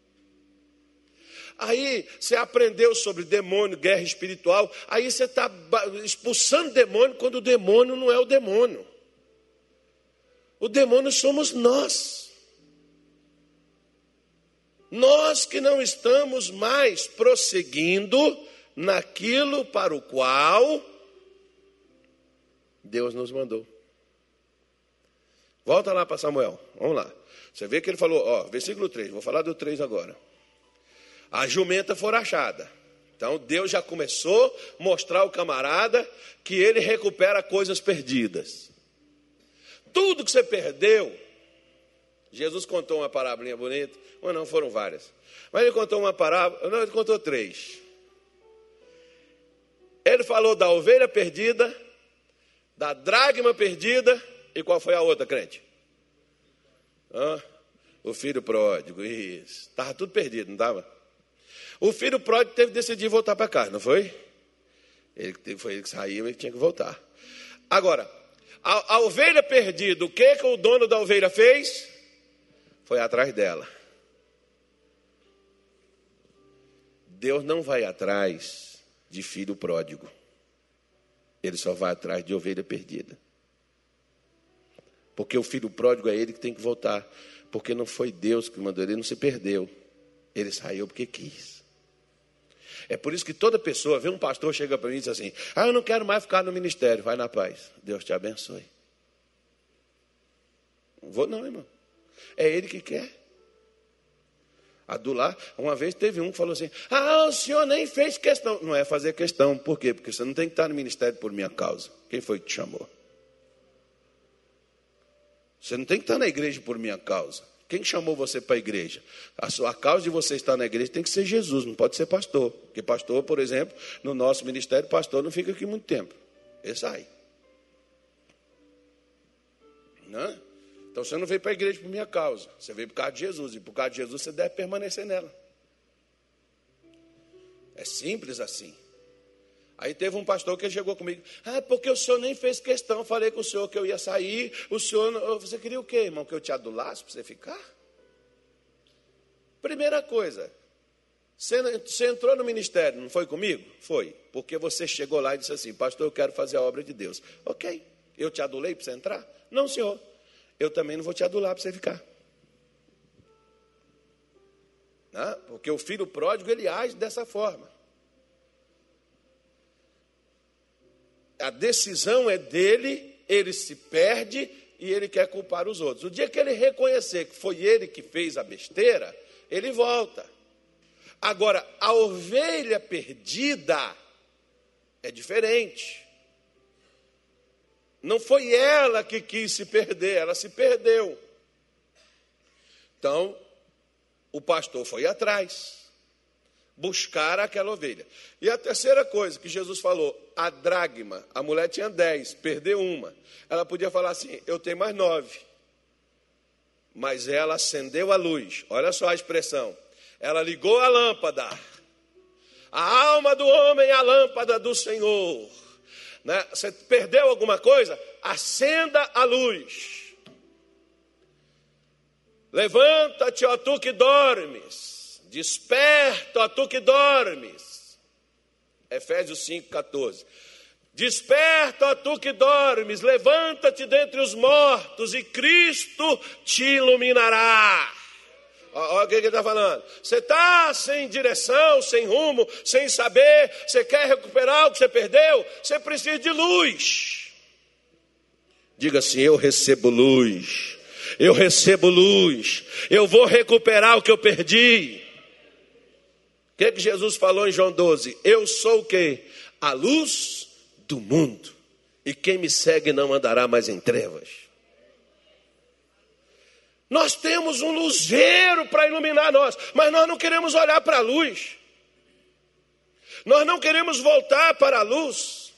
Aí você aprendeu sobre demônio, guerra espiritual, aí você está expulsando demônio quando o demônio não é o demônio. O demônio somos nós. Nós que não estamos mais prosseguindo naquilo para o qual Deus nos mandou. Volta lá para Samuel, vamos lá. Você vê que ele falou, versículo 3, vou falar do 3 agora. A jumenta for achada. Então Deus já começou a mostrar ao camarada que ele recupera coisas perdidas. Tudo que você perdeu, Jesus contou uma parábola bonita, ou não, foram várias. Mas ele contou uma parábola, não, ele contou 3. Ele falou da ovelha perdida, da dracma perdida, e qual foi a outra, crente? O filho pródigo, isso. Estava tudo perdido, não estava? O filho pródigo teve que decidir voltar para casa, não foi? Foi ele que saiu, ele tinha que voltar. Agora, a ovelha perdida, o que o dono da ovelha fez? Foi atrás dela. Deus não vai atrás de filho pródigo. Ele só vai atrás de ovelha perdida. Porque o filho pródigo é ele que tem que voltar. Porque não foi Deus que mandou, ele não se perdeu. Ele saiu porque quis. É por isso que toda pessoa, vê um pastor, chega para mim e diz assim, eu não quero mais ficar no ministério, vai na paz. Deus te abençoe. Não vou não, irmão. É ele que quer. Adular, uma vez teve um que falou assim, o senhor nem fez questão. Não é fazer questão, por quê? Porque você não tem que estar no ministério por minha causa. Quem foi que te chamou? Você não tem que estar na igreja por minha causa. Quem chamou você para a igreja? A causa de você estar na igreja tem que ser Jesus, não pode ser pastor. Porque pastor, por exemplo, no nosso ministério, pastor não fica aqui muito tempo. Ele sai. Não? Então você não veio para a igreja por minha causa. Você veio por causa de Jesus. E por causa de Jesus você deve permanecer nela. É simples assim. Aí teve um pastor que chegou comigo. Porque o senhor nem fez questão. Eu falei com o senhor que eu ia sair. O senhor, você queria o quê, irmão? Que eu te adulasse para você ficar? Primeira coisa. Você entrou no ministério, não foi comigo? Foi. Porque você chegou lá e disse assim, pastor, eu quero fazer a obra de Deus. Ok. Eu te adulei para você entrar? Não, senhor. eu também não vou te adular para você ficar. Né? Porque o filho pródigo, ele age dessa forma. A decisão é dele, ele se perde e ele quer culpar os outros. O dia que ele reconhecer que foi ele que fez a besteira, ele volta. Agora, a ovelha perdida é diferente. Não foi ela que quis se perder, ela se perdeu. Então, o pastor foi atrás, buscar aquela ovelha. E a terceira coisa que Jesus falou, a dracma, a mulher tinha 10, perdeu uma. Ela podia falar assim, eu tenho mais 9. Mas ela acendeu a luz, olha só a expressão. Ela ligou a lâmpada. A alma do homem é a lâmpada do Senhor. Né? Você perdeu alguma coisa? Acenda a luz. Levanta-te, ó tu que dormes. Desperta, ó tu que dormes. Efésios 5,14. Desperta, ó tu que dormes. Levanta-te dentre os mortos e Cristo te iluminará. Olha o que ele está falando. Você está sem direção, sem rumo, sem saber. Você quer recuperar o que você perdeu? Você precisa de luz. Diga assim, eu recebo luz. Eu recebo luz. Eu vou recuperar o que eu perdi. O que Jesus falou em João 12? Eu sou o quê? A luz do mundo. E quem me segue não andará mais em trevas. Nós temos um luzeiro para iluminar nós, mas nós não queremos olhar para a luz. Nós não queremos voltar para a luz.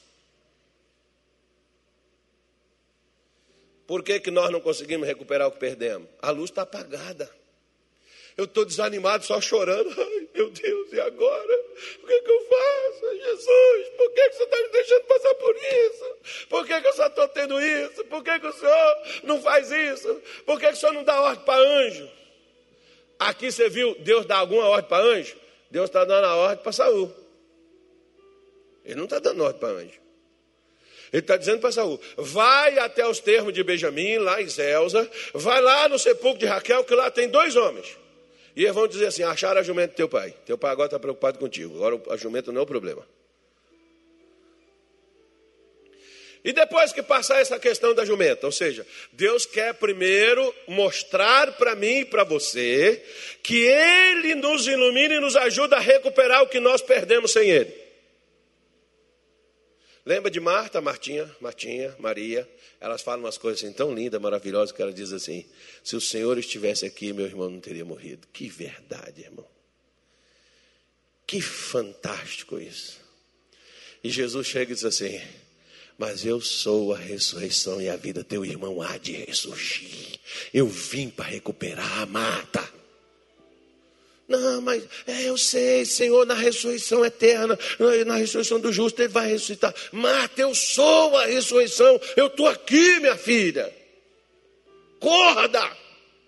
Por que nós não conseguimos recuperar o que perdemos? A luz está apagada. Eu estou desanimado, só chorando. Ai, meu Deus, e agora? O que eu faço? Jesus, por que você está me deixando passar por isso? Por que eu só estou tendo isso? Por que o Senhor não faz isso? Por que o Senhor não dá ordem para anjo? Aqui você viu Deus dar alguma ordem para anjo? Deus está dando a ordem para Saul. Ele não está dando ordem para anjo. Ele está dizendo para Saul, vai até os termos de Benjamim, lá em Zelza, vai lá no sepulcro de Raquel, que lá tem 2 homens. E eles vão dizer assim, acharam a jumenta do teu pai. Teu pai agora está preocupado contigo. Agora a jumenta não é o problema. E depois que passar essa questão da jumenta, ou seja, Deus quer primeiro mostrar para mim e para você que Ele nos ilumina e nos ajuda a recuperar o que nós perdemos sem Ele. Lembra de Marta, Martinha, Maria? Elas falam umas coisas assim tão lindas, maravilhosas, que ela diz assim, se o Senhor estivesse aqui, meu irmão não teria morrido. Que verdade, irmão. Que fantástico isso. E Jesus chega e diz assim, mas eu sou a ressurreição e a vida, teu irmão há de ressurgir. Eu vim para recuperar a Marta. Não, mas eu sei, Senhor, na ressurreição eterna, na ressurreição do justo, Ele vai ressuscitar. Marta, eu sou a ressurreição, eu estou aqui, minha filha. Acorda!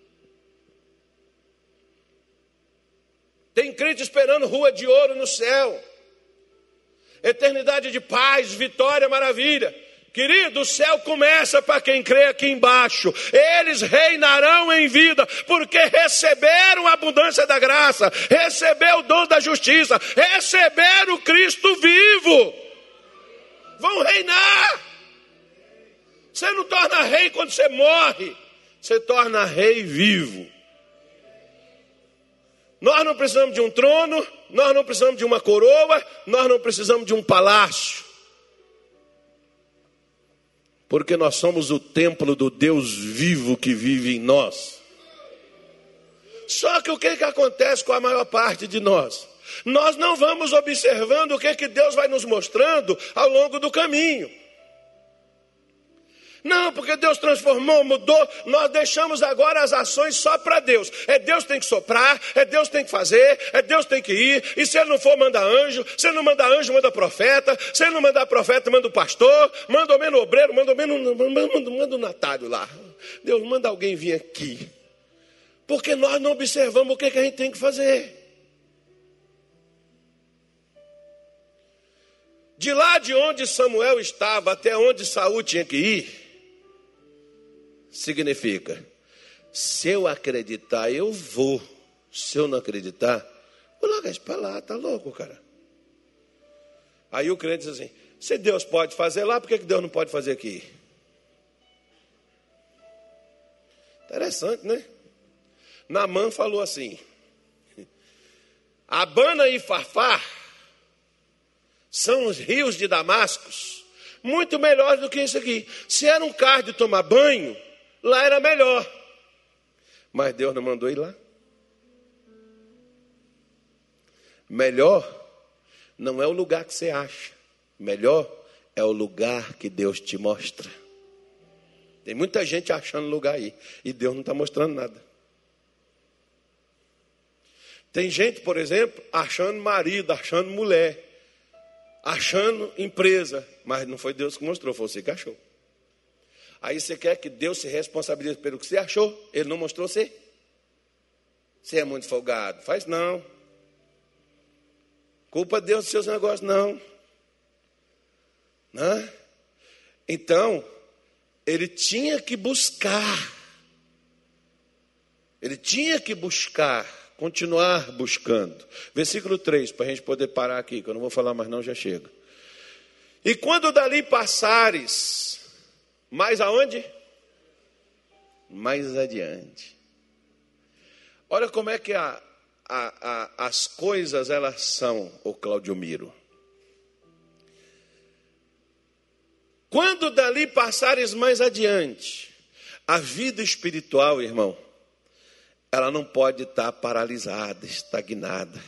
Tem crente esperando rua de ouro no céu. Eternidade de paz, vitória, maravilha. Querido, o céu começa para quem crê aqui embaixo. Eles reinarão em vida, porque receberam a abundância da graça, receberam o dom da justiça, receberam o Cristo vivo. Vão reinar. Você não torna rei quando você morre, você torna rei vivo. Nós não precisamos de um trono, nós não precisamos de uma coroa, nós não precisamos de um palácio. Porque nós somos o templo do Deus vivo que vive em nós. Só que o que acontece com a maior parte de nós? Nós não vamos observando o que Deus vai nos mostrando ao longo do caminho. Não, porque Deus transformou, mudou. Nós deixamos agora as ações só para Deus. É Deus que tem que soprar, é Deus que tem que fazer, é Deus que tem que ir. E se Ele não for, manda anjo. Se Ele não mandar anjo, manda profeta. Se Ele não mandar profeta, manda o pastor. Manda o menos obreiro, manda o Natário lá. Deus, manda alguém vir aqui. Porque nós não observamos o que a gente tem que fazer. De lá de onde Samuel estava até onde Saul tinha que ir, significa, se eu acreditar, eu vou. Se eu não acreditar, vou largar isso para lá, tá louco, cara. Aí o crente diz assim, se Deus pode fazer lá, por que Deus não pode fazer aqui? Interessante, né? Naamã falou assim, Abana e Farfar são os rios de Damasco, muito melhores do que isso aqui. Se era um carro de tomar banho, lá era melhor. Mas Deus não mandou ir lá. Melhor não é o lugar que você acha. Melhor é o lugar que Deus te mostra. Tem muita gente achando lugar aí. E Deus não está mostrando nada. Tem gente, por exemplo, achando marido, achando mulher, achando empresa. Mas não foi Deus que mostrou, foi você que achou. Aí você quer que Deus se responsabilize pelo que você achou? Ele não mostrou você? Você é muito folgado. Faz não. Culpa Deus dos seus negócios, não. Né? Então, ele tinha que buscar. Ele tinha que buscar, continuar buscando. Versículo 3, para a gente poder parar aqui, que eu não vou falar mais não, já chega. E quando dali passares, mais aonde? Mais adiante. Olha como é que as coisas elas são, ô Claudio Miro. Quando dali passares mais adiante, a vida espiritual, irmão, ela não pode estar paralisada, estagnada.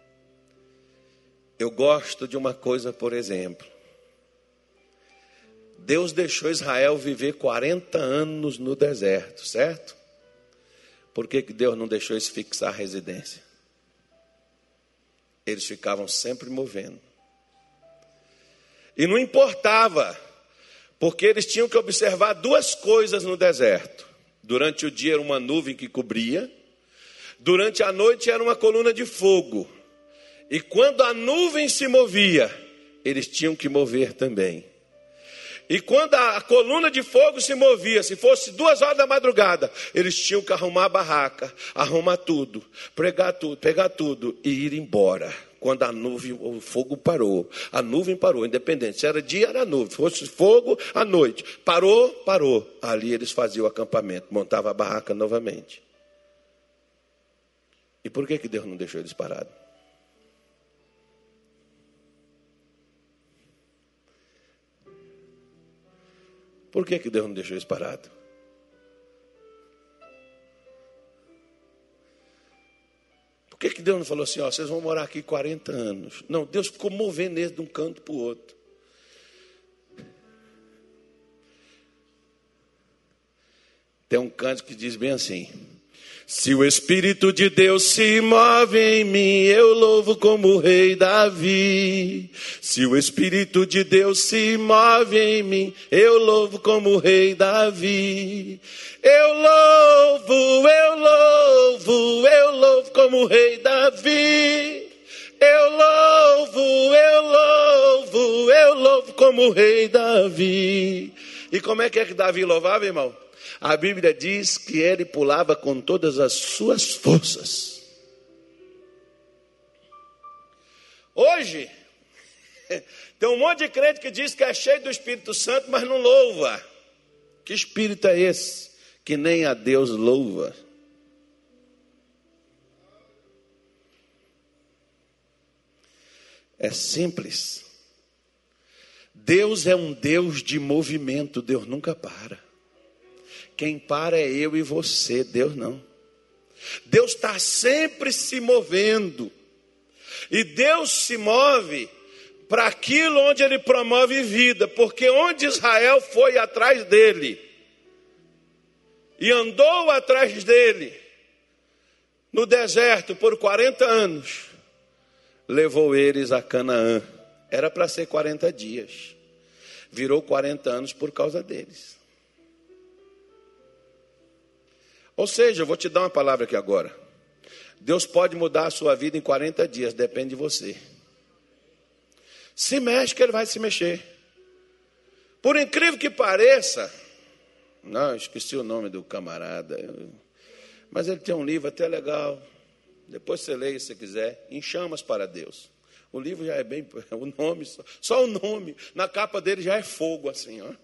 Eu gosto de uma coisa, por exemplo. Deus deixou Israel viver 40 anos no deserto, certo? Por que Deus não deixou eles fixar a residência? Eles ficavam sempre movendo. E não importava, porque eles tinham que observar duas coisas no deserto. Durante o dia era uma nuvem que cobria, durante a noite era uma coluna de fogo. E quando a nuvem se movia, eles tinham que mover também. E quando a coluna de fogo se movia, se fosse 2 horas da madrugada, eles tinham que arrumar a barraca, arrumar tudo, pegar tudo e ir embora. Quando a nuvem, o fogo parou, a nuvem parou, independente, se era dia, era nuvem, se fosse fogo, à noite, parou. Ali eles faziam o acampamento, montavam a barraca novamente. E por que Deus não deixou eles parados? Por que Deus não deixou eles parados? Por que Deus não falou assim, ó, vocês vão morar aqui 40 anos? Não, Deus ficou movendo eles de um canto para o outro. Tem um canto que diz bem assim: se o Espírito de Deus se move em mim, eu louvo como o rei Davi. Se o Espírito de Deus se move em mim, eu louvo como o rei Davi. Eu louvo como o rei Davi. Eu louvo como o rei Davi. E como é que Davi louvava, irmão? A Bíblia diz que ele pulava com todas as suas forças. Hoje, tem um monte de crente que diz que é cheio do Espírito Santo, mas não louva. Que espírito é esse que nem a Deus louva? É simples. Deus é um Deus de movimento, Deus nunca para. Quem para é eu e você, Deus não. Deus está sempre se movendo. E Deus se move para aquilo onde Ele promove vida. Porque onde Israel foi atrás dele, e andou atrás dele, no deserto por 40 anos, levou eles a Canaã. Era para ser 40 dias. Virou 40 anos por causa deles. Ou seja, eu vou te dar uma palavra aqui agora. Deus pode mudar a sua vida em 40 dias, depende de você. Se mexe, que Ele vai se mexer. Por incrível que pareça, Não, esqueci o nome do camarada. Mas ele tem um livro até legal. Depois você lê, se você quiser. Em Chamas para Deus. O livro já é bem... O nome, só o nome. Na capa dele já é fogo, assim, ó.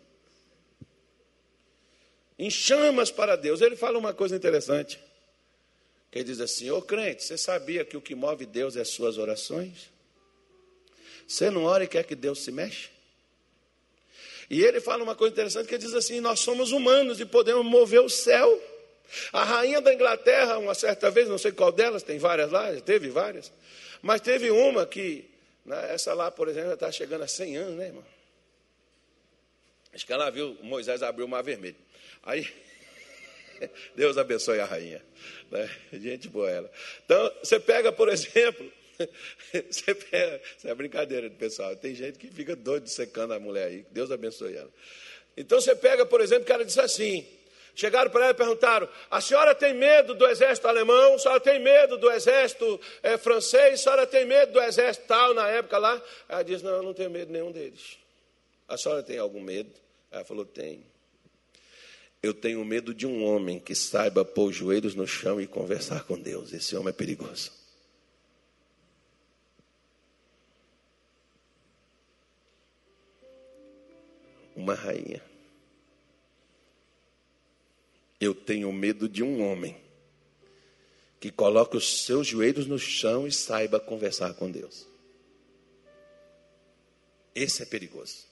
Em Chamas para Deus. Ele fala uma coisa interessante. Que ele diz assim: ô crente, você sabia que o que move Deus é as suas orações? Você não ora e quer que Deus se mexa? E ele fala uma coisa interessante, que ele diz assim: nós somos humanos e podemos mover o céu. A rainha da Inglaterra, uma certa vez, não sei qual delas, tem várias lá, teve várias, mas teve uma que, né, essa lá, por exemplo, já está chegando a 100 anos, né, irmão? Acho que ela viu Moisés abrir o Mar Vermelho. Aí, Deus abençoe a rainha, né? Gente boa ela. Então, você pega, por exemplo, isso é brincadeira, pessoal. Tem gente que fica doido secando a mulher aí. Deus abençoe ela. Então, você pega, por exemplo, o cara disse assim, chegaram para ela e perguntaram: a senhora tem medo do exército alemão? A senhora tem medo do exército francês? A senhora tem medo do exército tal, na época lá? Ela disse: não, eu não tenho medo nenhum deles. A senhora tem algum medo? Ela falou: tenho. Eu tenho medo de um homem que saiba pôr os joelhos no chão e conversar com Deus. Esse homem é perigoso. Uma rainha. Eu tenho medo de um homem que coloque os seus joelhos no chão e saiba conversar com Deus. Esse é perigoso.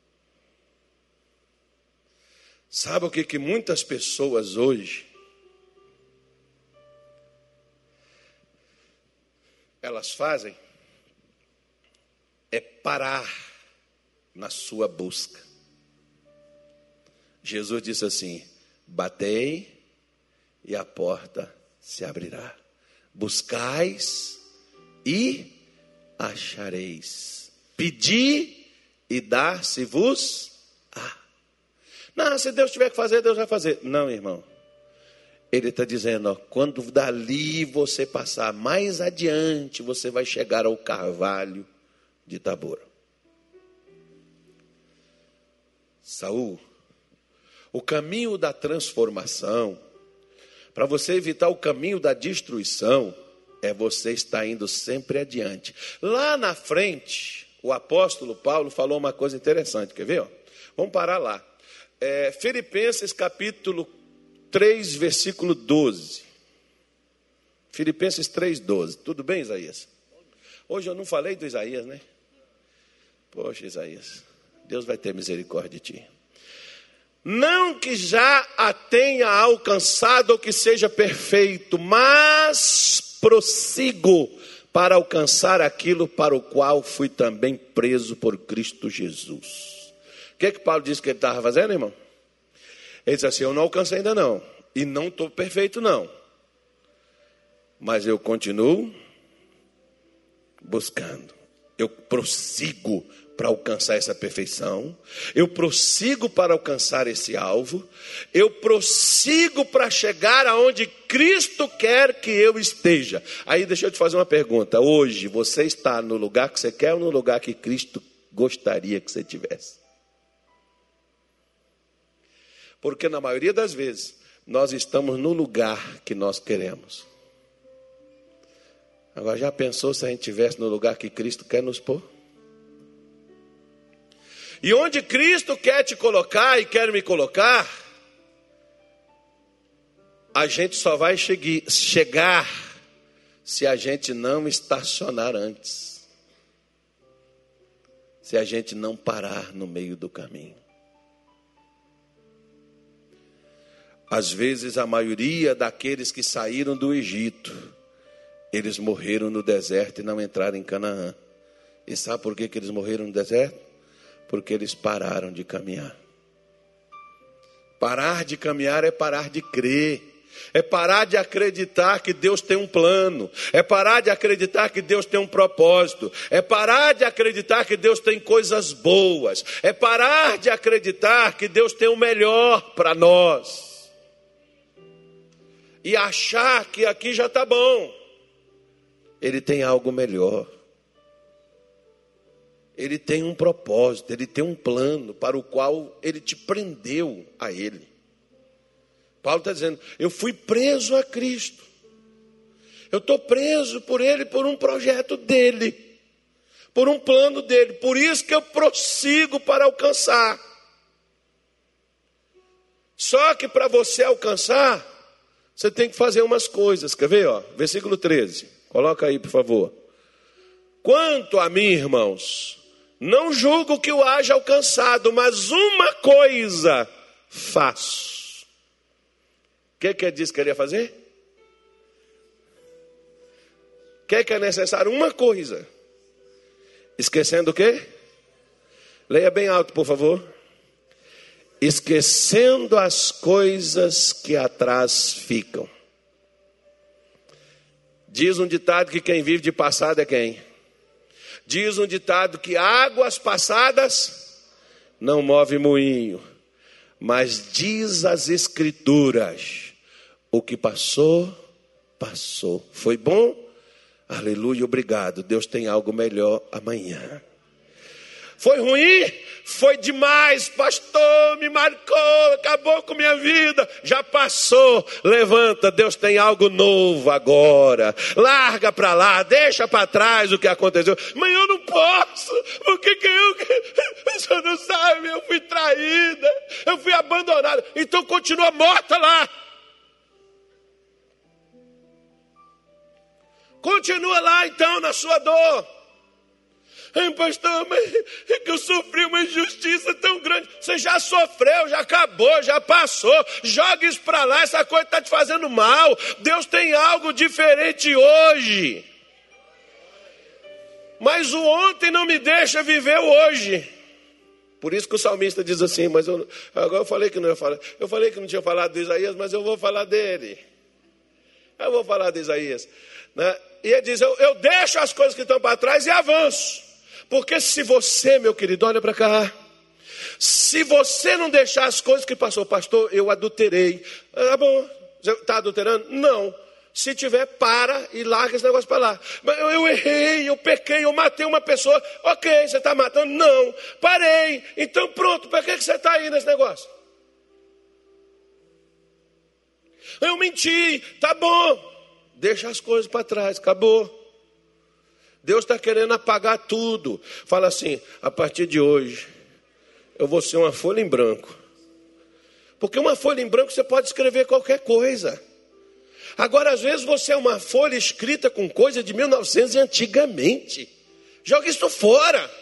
Sabe o que muitas pessoas hoje, elas fazem? É parar na sua busca. Jesus disse assim: batei e a porta se abrirá. Buscais e achareis. Pedi e dar-se-vos-á. Não, se Deus tiver que fazer, Deus vai fazer. Não, irmão. Ele está dizendo, ó, quando dali você passar mais adiante, você vai chegar ao carvalho de Tabor. Saul, o caminho da transformação, para você evitar o caminho da destruição, é você estar indo sempre adiante. Lá na frente, o apóstolo Paulo falou uma coisa interessante, quer ver? Ó? Vamos parar lá. Filipenses capítulo 3, versículo 12. Filipenses 3, 12. Tudo bem, Isaías? Hoje eu não falei do Isaías, né? Poxa, Isaías, Deus vai ter misericórdia de ti. Não que já a tenha alcançado ou que seja perfeito, mas prossigo para alcançar aquilo para o qual fui também preso por Cristo Jesus. O que Paulo disse que ele estava fazendo, irmão? Ele disse assim: eu não alcancei ainda não, e não estou perfeito não, mas eu continuo buscando, eu prossigo para alcançar essa perfeição, eu prossigo para alcançar esse alvo, eu prossigo para chegar aonde Cristo quer que eu esteja. Aí deixa eu te fazer uma pergunta: hoje você está no lugar que você quer ou no lugar que Cristo gostaria que você tivesse? Porque na maioria das vezes, nós estamos no lugar que nós queremos. Agora, já pensou se a gente estivesse no lugar que Cristo quer nos pôr? E onde Cristo quer te colocar e quer me colocar, a gente só vai chegar se a gente não estacionar antes. Se a gente não parar no meio do caminho. Às vezes a maioria daqueles que saíram do Egito, eles morreram no deserto e não entraram em Canaã. E sabe por que eles morreram no deserto? Porque eles pararam de caminhar. Parar de caminhar é parar de crer. É parar de acreditar que Deus tem um plano. É parar de acreditar que Deus tem um propósito. É parar de acreditar que Deus tem coisas boas. É parar de acreditar que Deus tem o melhor para nós. E achar que aqui já está bom. Ele tem algo melhor. Ele tem um propósito, ele tem um plano para o qual ele te prendeu a ele. Paulo está dizendo, eu fui preso a Cristo. Eu estou preso por Ele, por um projeto dEle, por um plano dEle. Por isso que eu prossigo para alcançar. Só que para você alcançar, você tem que fazer umas coisas. Quer ver? Versículo 13. Coloca aí, por favor. Quanto a mim, irmãos, não julgo que o haja alcançado, mas uma coisa faço. O que ele disse que ele ia fazer? O que é necessário? Uma coisa. Esquecendo o quê? Leia bem alto, por favor. Esquecendo as coisas que atrás ficam. Diz um ditado que quem vive de passado é quem? Diz um ditado que águas passadas não move moinho. Mas diz as Escrituras, o que passou, passou. Foi bom? Aleluia, obrigado. Deus tem algo melhor amanhã. Foi ruim? Foi demais, pastor, me marcou, acabou com minha vida. Já passou, levanta, Deus tem algo novo agora. Larga para lá, deixa para trás o que aconteceu. Mas eu não posso, porque o senhor não sabe, eu fui traída, eu fui abandonada. Então continua morta lá. Continua lá então na sua dor. Ai, pastor, mas é que eu sofri uma injustiça tão grande. Você já sofreu, já acabou, já passou. Joga isso para lá, essa coisa está te fazendo mal. Deus tem algo diferente hoje. Mas o ontem não me deixa viver o hoje. Por isso que o salmista diz assim, mas agora eu falei que não ia falar. Eu falei que não tinha falado de Isaías, mas eu vou falar dele. Eu vou falar de Isaías. Né? E ele diz, eu deixo as coisas que estão para trás e avanço. Porque se você, meu querido, olha para cá. Se você não deixar as coisas que passou, pastor, eu adulterei. Ah, bom, está adulterando? Não. Se tiver, para e larga esse negócio para lá. Mas eu errei, eu pequei, eu matei uma pessoa. Ok, você está matando? Não. Parei. Então pronto, para que você está aí nesse negócio? Eu menti, tá bom. Deixa as coisas para trás, acabou. Deus está querendo apagar tudo. Fala assim, a partir de hoje, eu vou ser uma folha em branco. Porque uma folha em branco você pode escrever qualquer coisa. Agora, às vezes, você é uma folha escrita com coisa de 1900 e antigamente. Joga isso fora.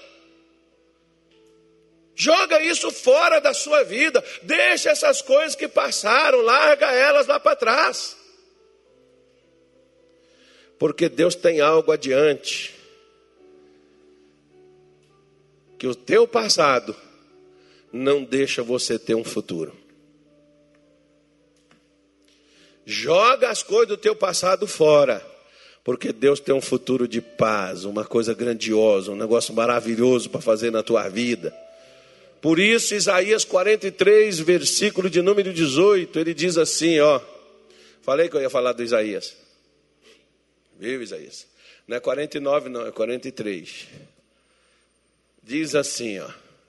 Joga isso fora da sua vida. Deixa essas coisas que passaram, larga elas lá para trás. Porque Deus tem algo adiante. Que o teu passado não deixa você ter um futuro. Joga as coisas do teu passado fora. Porque Deus tem um futuro de paz, uma coisa grandiosa, um negócio maravilhoso para fazer na tua vida. Por isso, Isaías 43, versículo de número 18, ele diz assim, falei que eu ia falar do Isaías. Viu, Isaías? Não é 49 não, é 43. Diz assim,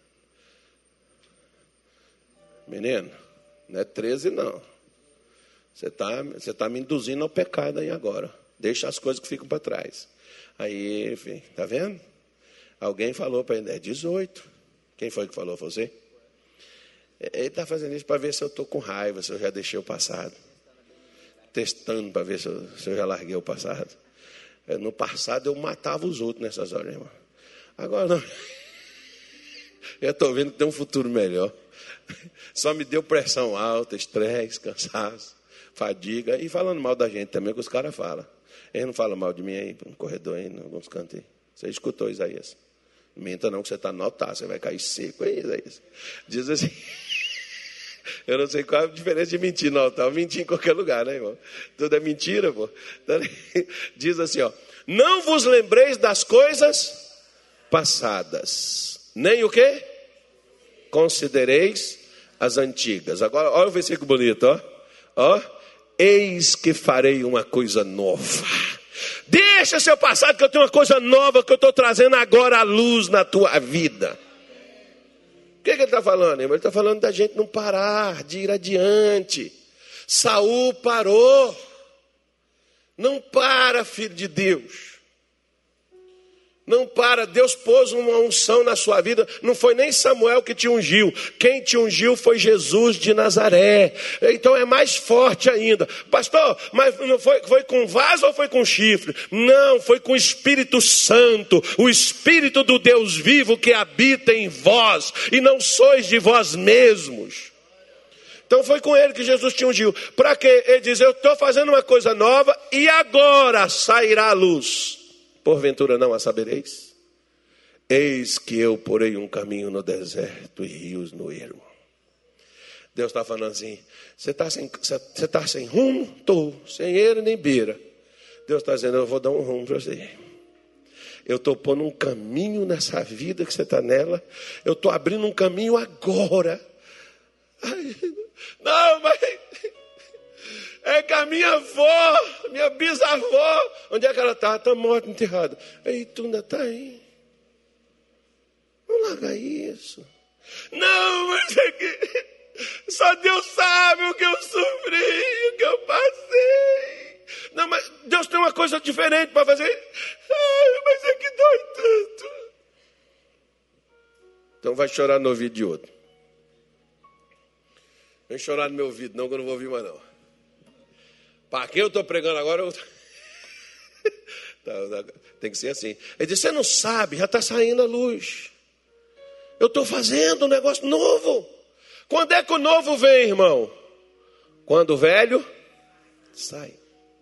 menino, não é 13 não. Você tá me induzindo ao pecado aí agora. Deixa as coisas que ficam para trás. Aí, enfim, tá vendo? Alguém falou para ele, é 18. Quem foi que falou? Você? Ele está fazendo isso para ver se eu estou com raiva, se eu já deixei o passado. Testando para ver se eu já larguei o passado. No passado eu matava os outros nessas horas, irmão. Agora não. Eu estou vendo que tem um futuro melhor. Só me deu pressão alta, estresse, cansaço, fadiga. E falando mal da gente também, que os caras falam. Eles não falam mal de mim aí, no corredor aí, em alguns cantos aí. Você escutou, Isaías? Não minta não, que você está no altar, você vai cair seco aí, Isaías. Diz assim... Eu não sei qual a diferença de mentir no altar. Mentir em qualquer lugar, né, irmão? Tudo é mentira, pô. Diz assim, não vos lembreis das coisas passadas. Nem o quê? Considereis as antigas. Agora, olha o versículo bonito, eis que farei uma coisa nova. Deixa seu passado, que eu tenho uma coisa nova que eu estou trazendo agora à luz na tua vida. O que ele está falando, irmão? Ele está falando da gente não parar, de ir adiante. Saul parou. Não para, filho de Deus. Não para, Deus pôs uma unção na sua vida. Não foi nem Samuel que te ungiu. Quem te ungiu foi Jesus de Nazaré. Então é mais forte ainda. Pastor, mas não foi com vaso ou foi com chifre? Não, foi com o Espírito Santo. O Espírito do Deus vivo que habita em vós. E não sois de vós mesmos. Então foi com ele que Jesus te ungiu. Para quê? Ele diz, eu estou fazendo uma coisa nova e agora sairá a luz. Porventura não a sabereis? Eis que eu porei um caminho no deserto e rios no ermo. Deus está falando assim, você está sem rumo? Estou, sem eira nem beira. Deus está dizendo, eu vou dar um rumo para você. Eu estou pondo um caminho nessa vida que você está nela. Eu estou abrindo um caminho agora. Ai, não, mas... É que a minha avó, minha bisavó, onde é que ela está? Está morta, enterrada. Aí tu ainda está aí. Não larga isso. Não, mas é que só Deus sabe o que eu sofri, o que eu passei. Não, mas Deus tem uma coisa diferente para fazer. Ai, mas é que dói tanto. Então vai chorar no ouvido de outro. Vem chorar no meu ouvido, não, que eu não vou ouvir mais não. Para quem eu estou pregando agora, tem que ser assim. Ele diz, você não sabe, já está saindo a luz. Eu estou fazendo um negócio novo. Quando é que o novo vem, irmão? Quando o velho sai.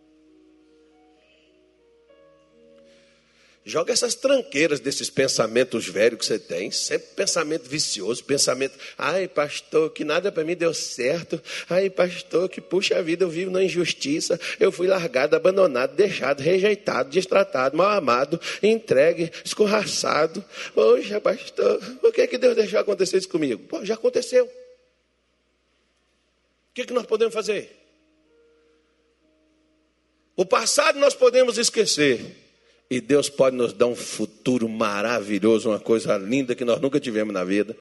Joga essas tranqueiras desses pensamentos velhos que você tem. Sempre pensamento vicioso, pensamento... Ai, pastor, que nada para mim deu certo. Ai, pastor, que puxa vida, eu vivo na injustiça. Eu fui largado, abandonado, deixado, rejeitado, destratado, mal amado, entregue, escorraçado. Poxa, pastor, por que Deus deixou acontecer isso comigo? Pô, já aconteceu. O que nós podemos fazer? O passado nós podemos esquecer. E Deus pode nos dar um futuro maravilhoso, uma coisa linda que nós nunca tivemos na vida.